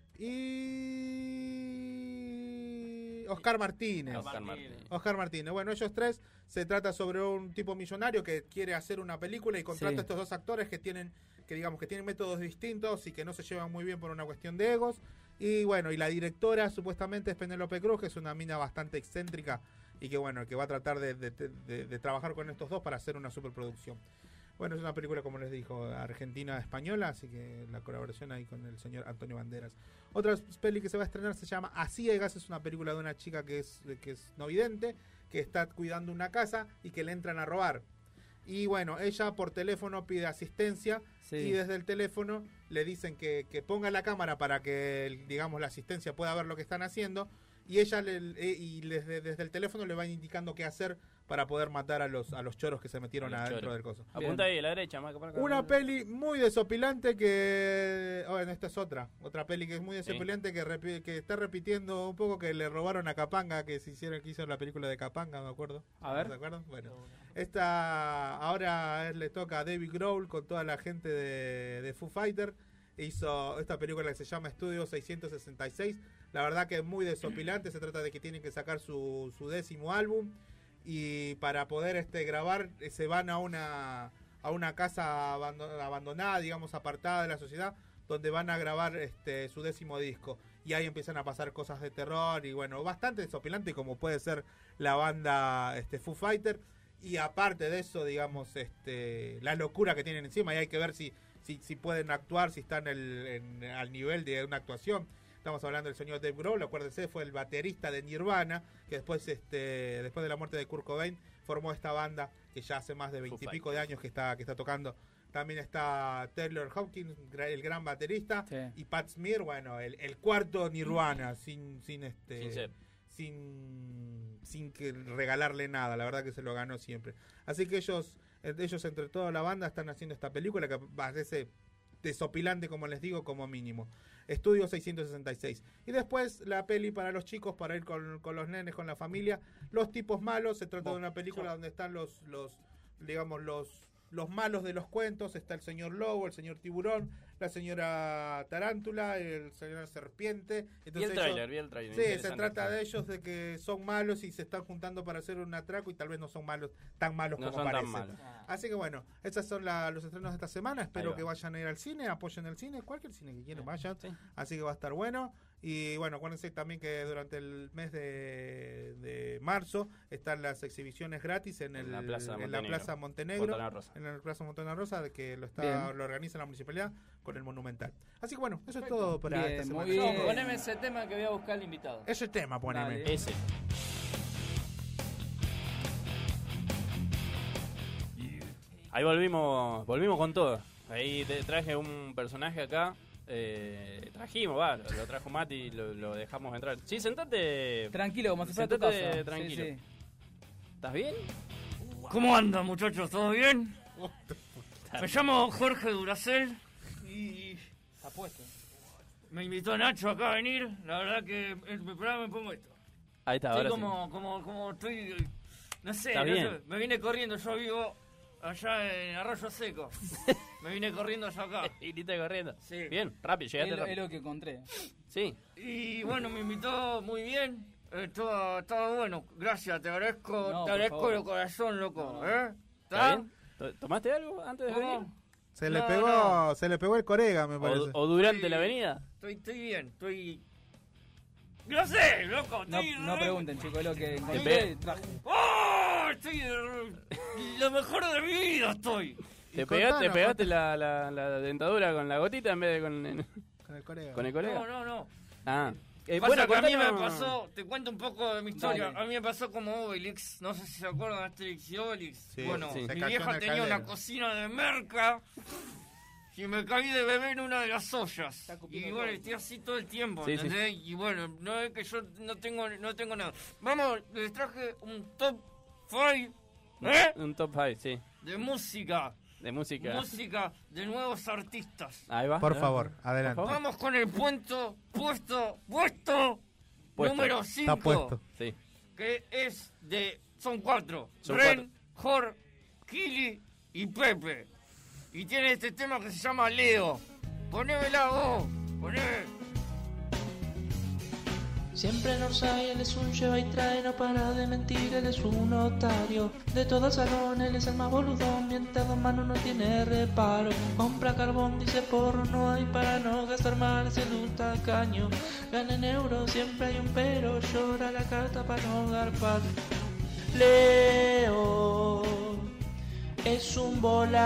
y Oscar Martínez. Oscar Martínez. Bueno, ellos tres, se trata sobre un tipo millonario que quiere hacer una película y contrata a estos dos actores que tienen métodos distintos y que no se llevan muy bien por una cuestión de egos. Y bueno, y la directora supuestamente es Penélope Cruz, que es una mina bastante excéntrica y que bueno, que va a tratar de trabajar con estos dos para hacer una superproducción. Bueno, es una película, como les dijo, argentina-española, así que la colaboración ahí con el señor Antonio Banderas. Otra peli que se va a estrenar se llama A Ciegas, es una película de una chica que es no vidente, que está cuidando una casa y que le entran a robar. Y bueno, ella por teléfono pide asistencia y desde el teléfono le dicen que ponga la cámara para que, digamos, la asistencia pueda ver lo que están haciendo. Y ella desde el teléfono le va indicando qué hacer para poder matar a los choros que se metieron adentro del coso. Apunta ahí a la derecha, más que para acá. Una peli muy desopilante que... Bueno, esta es otra peli que es muy desopilante que está repitiendo un poco que le robaron a Capanga, que hizo la película de Capanga, me acuerdo. A ver. ¿Se acuerdan? Bueno, ahora le toca a David Grohl con toda la gente de Foo Fighter. Hizo esta película que se llama Estudio 666. La verdad que es muy desopilante. Se trata de que tienen que sacar su 10º álbum. Y para poder grabar se van a una casa abandonada, digamos, apartada de la sociedad, donde van a grabar su 10º disco. Y ahí empiezan a pasar cosas de terror y bueno, bastante desopilante como puede ser la banda Foo Fighter. Y aparte de eso, digamos, la locura que tienen encima, y hay que ver si pueden actuar, si están al nivel de una actuación. Estamos hablando del señor Dave Grohl, acuérdense, fue el baterista de Nirvana, que después de la muerte de Kurt Cobain, formó esta banda que ya hace más de 20 y pico de años que está tocando. También está Taylor Hawkins, el gran baterista, y Pat Smear, bueno, el cuarto Nirvana, sin que regalarle nada, la verdad que se lo ganó siempre. Así que ellos entre toda la banda están haciendo esta película que parece desopilante, como les digo, como mínimo. Estudio 666. Y después la peli para los chicos, para ir con los nenes, con la familia, Los Tipos Malos. Se trata de una película donde están los malos de los cuentos. Está el señor Lobo, el señor Tiburón, la señora Tarántula, el señor Serpiente. Entonces vi el tráiler. Sí, se trata de ellos, de que son malos y se están juntando para hacer un atraco y tal vez no son tan malos como parecen. Así que bueno, esos son los estrenos de esta semana. Espero que vayan a ir al cine, apoyen el cine, cualquier cine que quieran, vayan. Sí. Así que va a estar bueno. Y bueno, acuérdense también que durante el mes de marzo están las exhibiciones gratis en la Plaza Montenegro, en la Plaza Montana Rosa, que lo organiza la municipalidad con el Monumental. Así que bueno, eso es todo para esta semana. Muy bien. Poneme ese tema que voy a buscar al invitado. Ese tema, poneme. Dale. Ese. Ahí volvimos con todo. Ahí te traje un personaje acá. trajimos, lo trajo Mati y lo dejamos entrar. Sí, sentate. Tranquilo, como si fuera tu sentate casa. tranquilo. Sí, sí. ¿Estás bien? ¿Cómo andan, muchachos? ¿Todo bien? Me llamo Jorge Duracel y Está puesto. me invitó Nacho acá a venir. La verdad que me pongo esto. Ahí está, Estoy ahora sí. como estoy, no sé, Está bien. me vine corriendo, yo vivo allá en Arroyo Seco. Me vine corriendo allá acá. Y te corriendo. Sí. Bien, rápido, llegaste Es rápido. lo que encontré. Sí. Y bueno, me invitó muy bien. Estaba bueno. Gracias, te agradezco, No, te por agradezco favor. de corazón, loco. No. ¿Eh? ¿Está bien? ¿Tomaste algo antes de venir? ¿Cómo? Se le No, pegó, no. se le pegó el corega, me parece. ¿O durante Sí. la avenida? Estoy bien, estoy... No sé, loco. No, Estoy no pregunten, chicos, es lo que pe- encontré. Traje. ¡Oh! Estoy... Lo mejor de mi vida estoy. ¿Te contanos, pegaste la dentadura con la gotita en vez de Con el corega. con el colega? No. Ah. Pasa que a mí me contanos- pasó, te cuento un poco de mi historia. Dale. A mí me pasó como Obelix, no sé si se acuerdan de Asterix y Obelix. Sí, Bueno, sí. Se mi cayó en vieja el tenía caldero. una cocina de merca y me caí de bebé en una de las ollas. escupiendo Y bueno, todo. estoy así todo el tiempo, Sí, sí. ¿entendés? Y bueno, no es que yo no tengo nada. Vamos, les traje un top 5, Un top 5, sí. de música. De música. Música de nuevos artistas. Ahí va. Por ¿no? favor, adelante. Por favor. Vamos con el puesto Puesto. número Está 5. puesto. Sí. Que es son 4. Son Ren, Jor, Kili y Pepe. Y tiene este tema que se llama Leo. Ponémela vos, poneme. Siempre en Orsay él es un lleva y trae, no para de mentir, él es un notario. De todo el salón él es el más boludón, mientras dos manos no tiene reparo. Compra carbón, dice porro, no hay para no gastar mal, es el tacaño. Gana en euros, siempre hay un pero, llora la carta para no dar par. Leo es un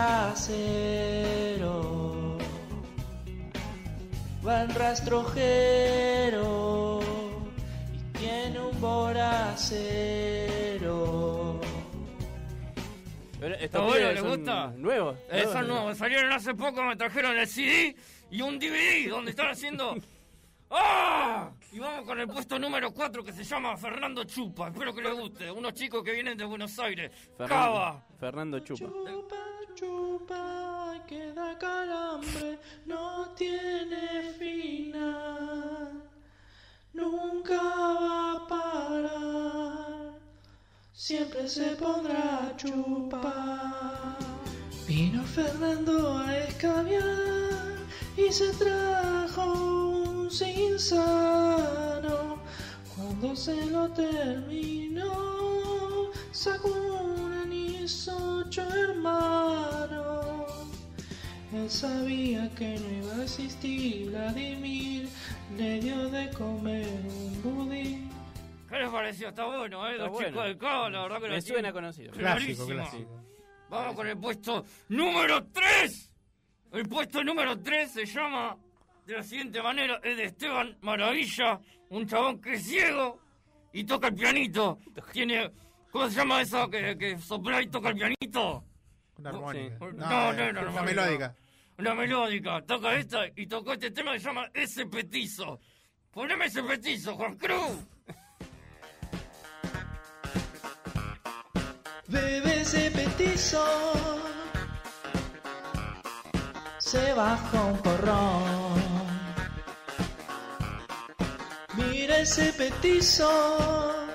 bolacero, va en rastrojero y tiene un boracero. Pero ¿Está estos bueno? pibes ¿Les son gusta? Nuevos. Esos nuevos, salieron hace poco, me trajeron el CD y un DVD donde están haciendo... ¡Ah! Y vamos con el puesto número 4 que se llama Fernando Chupa. Espero que les guste. Unos chicos que vienen de Buenos Aires. Cava. Fernando Chupa. Chupa, chupa, que da calambre, no tiene final, nunca va a parar, siempre se pondrá a chupar. Vino Fernando a escabiar y se trajo un sinsano. Cuando se lo terminó, sacó un anís 8 hermanos. Él sabía que no iba a existir Vladimir, le dio de comer un budín. ¿Qué les pareció? Está bueno, Está Los bueno. chicos del Cava, la verdad que Me lo suena tienen conocido. Clásico, clarísimo. clásico. Vamos con el puesto número 3. El puesto número 3 se llama de la siguiente manera. Es de Esteban Maravilla, un chabón que es ciego y toca el pianito. Tiene... ¿Cómo se llama eso que sopla y toca el pianito? Una armónica. No, No, no, no, una no, melódica. Una melódica. Toca esta y tocó este tema que se llama Ese Petizo. Poneme ese petizo, Juan Cruz. Bebe ese petizo, se baja un porrón. Mira ese petizo,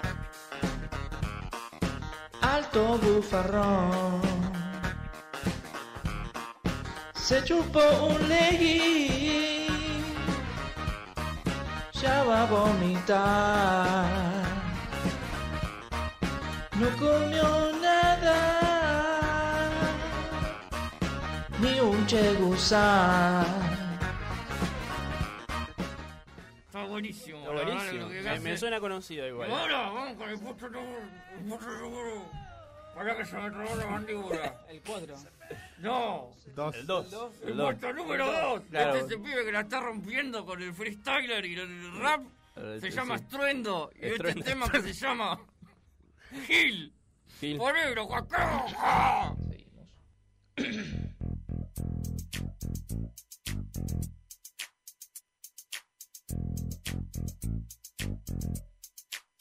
alto bufarrón. Se chupó un legging, ya va a vomitar. No comió nada, ni un chegusán. Está buenísimo. Está la verdad, buenísimo. lo que Me hace. suena conocido igual. Ahora vamos con el puesto número. Para que se me trabó la mandíbula. El 4. No. Dos. El 2. El puesto número 2. Claro. Ese pibe que la está rompiendo con el freestyler y el rap. Se llama Estruendo. Y Estruendo. este tema que se llama Gil. Gil. Ponelo, Juan.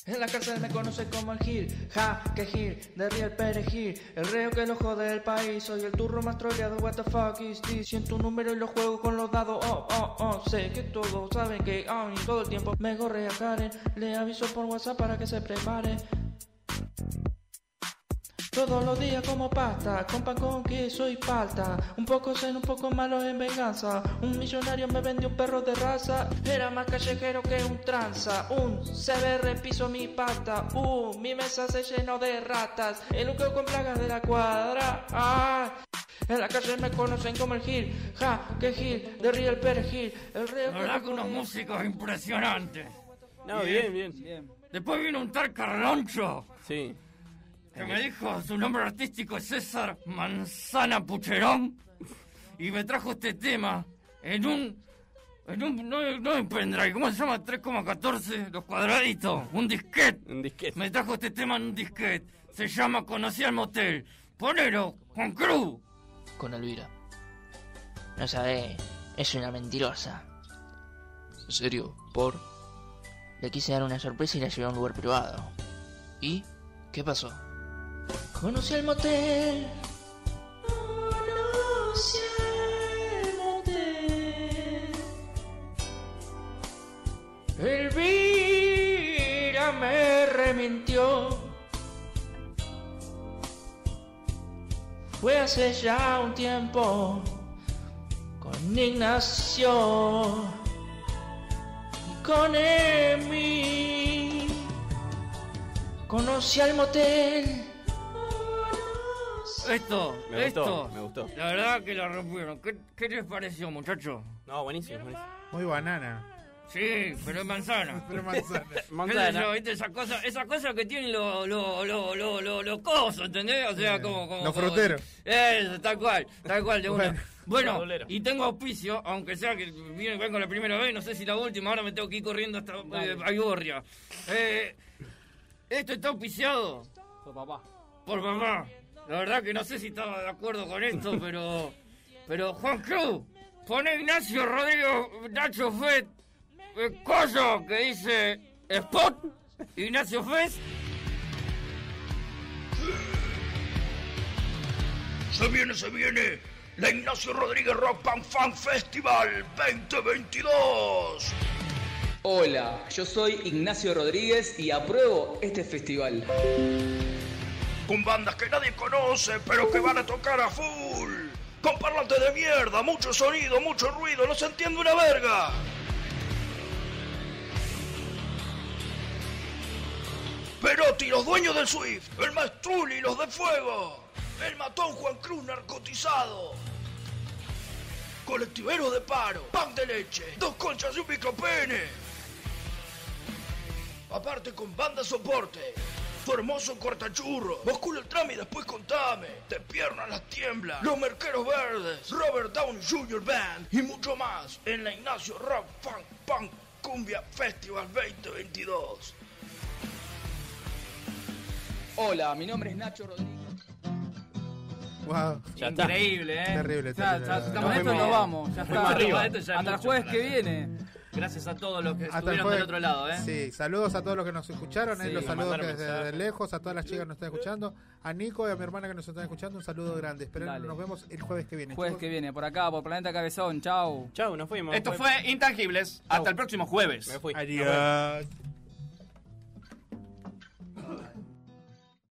En la cárcel me conoce como el Gil, ja, que Gil, de Real Perejil, el reo que lo jode del país, soy el turro más troleado, what the fuck is this, siento un número y lo juego con los dados, sé que todos saben que, todo el tiempo me gorrea Karen, le aviso por WhatsApp para que se prepare. Todos los días como pasta, con pan con queso y palta. Un poco zen, un poco malo en venganza. Un millonario me vendió un perro de raza. Era más callejero que un tranza. Un CBR piso mi pata. Mi mesa se llenó de ratas. El único con plagas de la cuadra. En la calle me conocen como el Gil. Ja, que Gil, de Real Perejil. El reo La verdad que unos músicos impresionantes. No, bien. Después vino un tal Carloncho. Sí. Que me dijo su nombre artístico es César Manzana Pucherón y me trajo este tema en un no en pendrive, ¿cómo se llama? 3,14 los cuadraditos, un disquete. Me trajo este tema en un disquete, se llama Conocí al motel. Ponelo, Juan Cruz. Con Elvira. No sabés, es una mentirosa. En serio, le quise dar una sorpresa y la llevé a un lugar privado. ¿Y qué pasó? Conocí el motel. Conocí el motel. Elvira me remintió. Fue hace ya un tiempo con Ignacio y con Emi. Conocí al motel. Esto. Me gustó. La verdad que la rompieron. ¿Qué les pareció, muchachos? No, buenísimo. Muy banana. Sí, pero es manzana. Manzana. ¿Viste? Esa cosa que tienen los cosos, ¿entendés? O sea, como los fruteros. Eso, tal cual, de una. Bueno, y tengo auspicio, aunque sea que vengo la primera vez, no sé si la última, ahora me tengo que ir corriendo hasta Aigorria. Esto está auspiciado Por papá. La verdad que no sé si estaba de acuerdo con esto, pero Juan Cruz, pone Ignacio Rodrigo Nacho Fett, coso que dice Spot, Ignacio Fett. Se viene la Ignacio Rodríguez Rock Band Fan Festival 2022. Hola, yo soy Ignacio Rodríguez y apruebo este festival. Con bandas que nadie conoce, pero que van a tocar a full. Con parlantes de mierda, mucho sonido, mucho ruido, no se entiende una verga. Perotti, los dueños del Swift, el Maestruli, los de Fuego, el matón Juan Cruz narcotizado, colectiveros de paro, pan de leche, 2 conchas y un micropene. Aparte con banda soporte, tu hermoso cortachurro, bascula el tramo y después contame, te piernas las tiemblas, los Merqueros Verdes, Robert Downey Jr. Band y mucho más en la Ignacio Rock Funk Punk Cumbia Festival 2022. Hola, mi nombre es Nacho Rodríguez. Wow. Ya está. Increíble, Terrible. Ya estamos esto, nos vamos. Ya está. Arriba. Hasta el jueves que viene. Gracias a todos los que Hasta estuvieron del otro lado, Sí, saludos a todos los que nos escucharon, Sí, los saludos mandaron desde mensajes. lejos, a todas las chicas que nos están escuchando, a Nico y a mi hermana que nos están escuchando, un saludo grande. Esperen, Dale. nos vemos el jueves que viene. Jueves chicos. que viene, por acá, por Planeta Cabezón. Chau. Chau, nos fuimos. Esto fue Intangibles. Hasta el próximo jueves. Me fui. Adiós.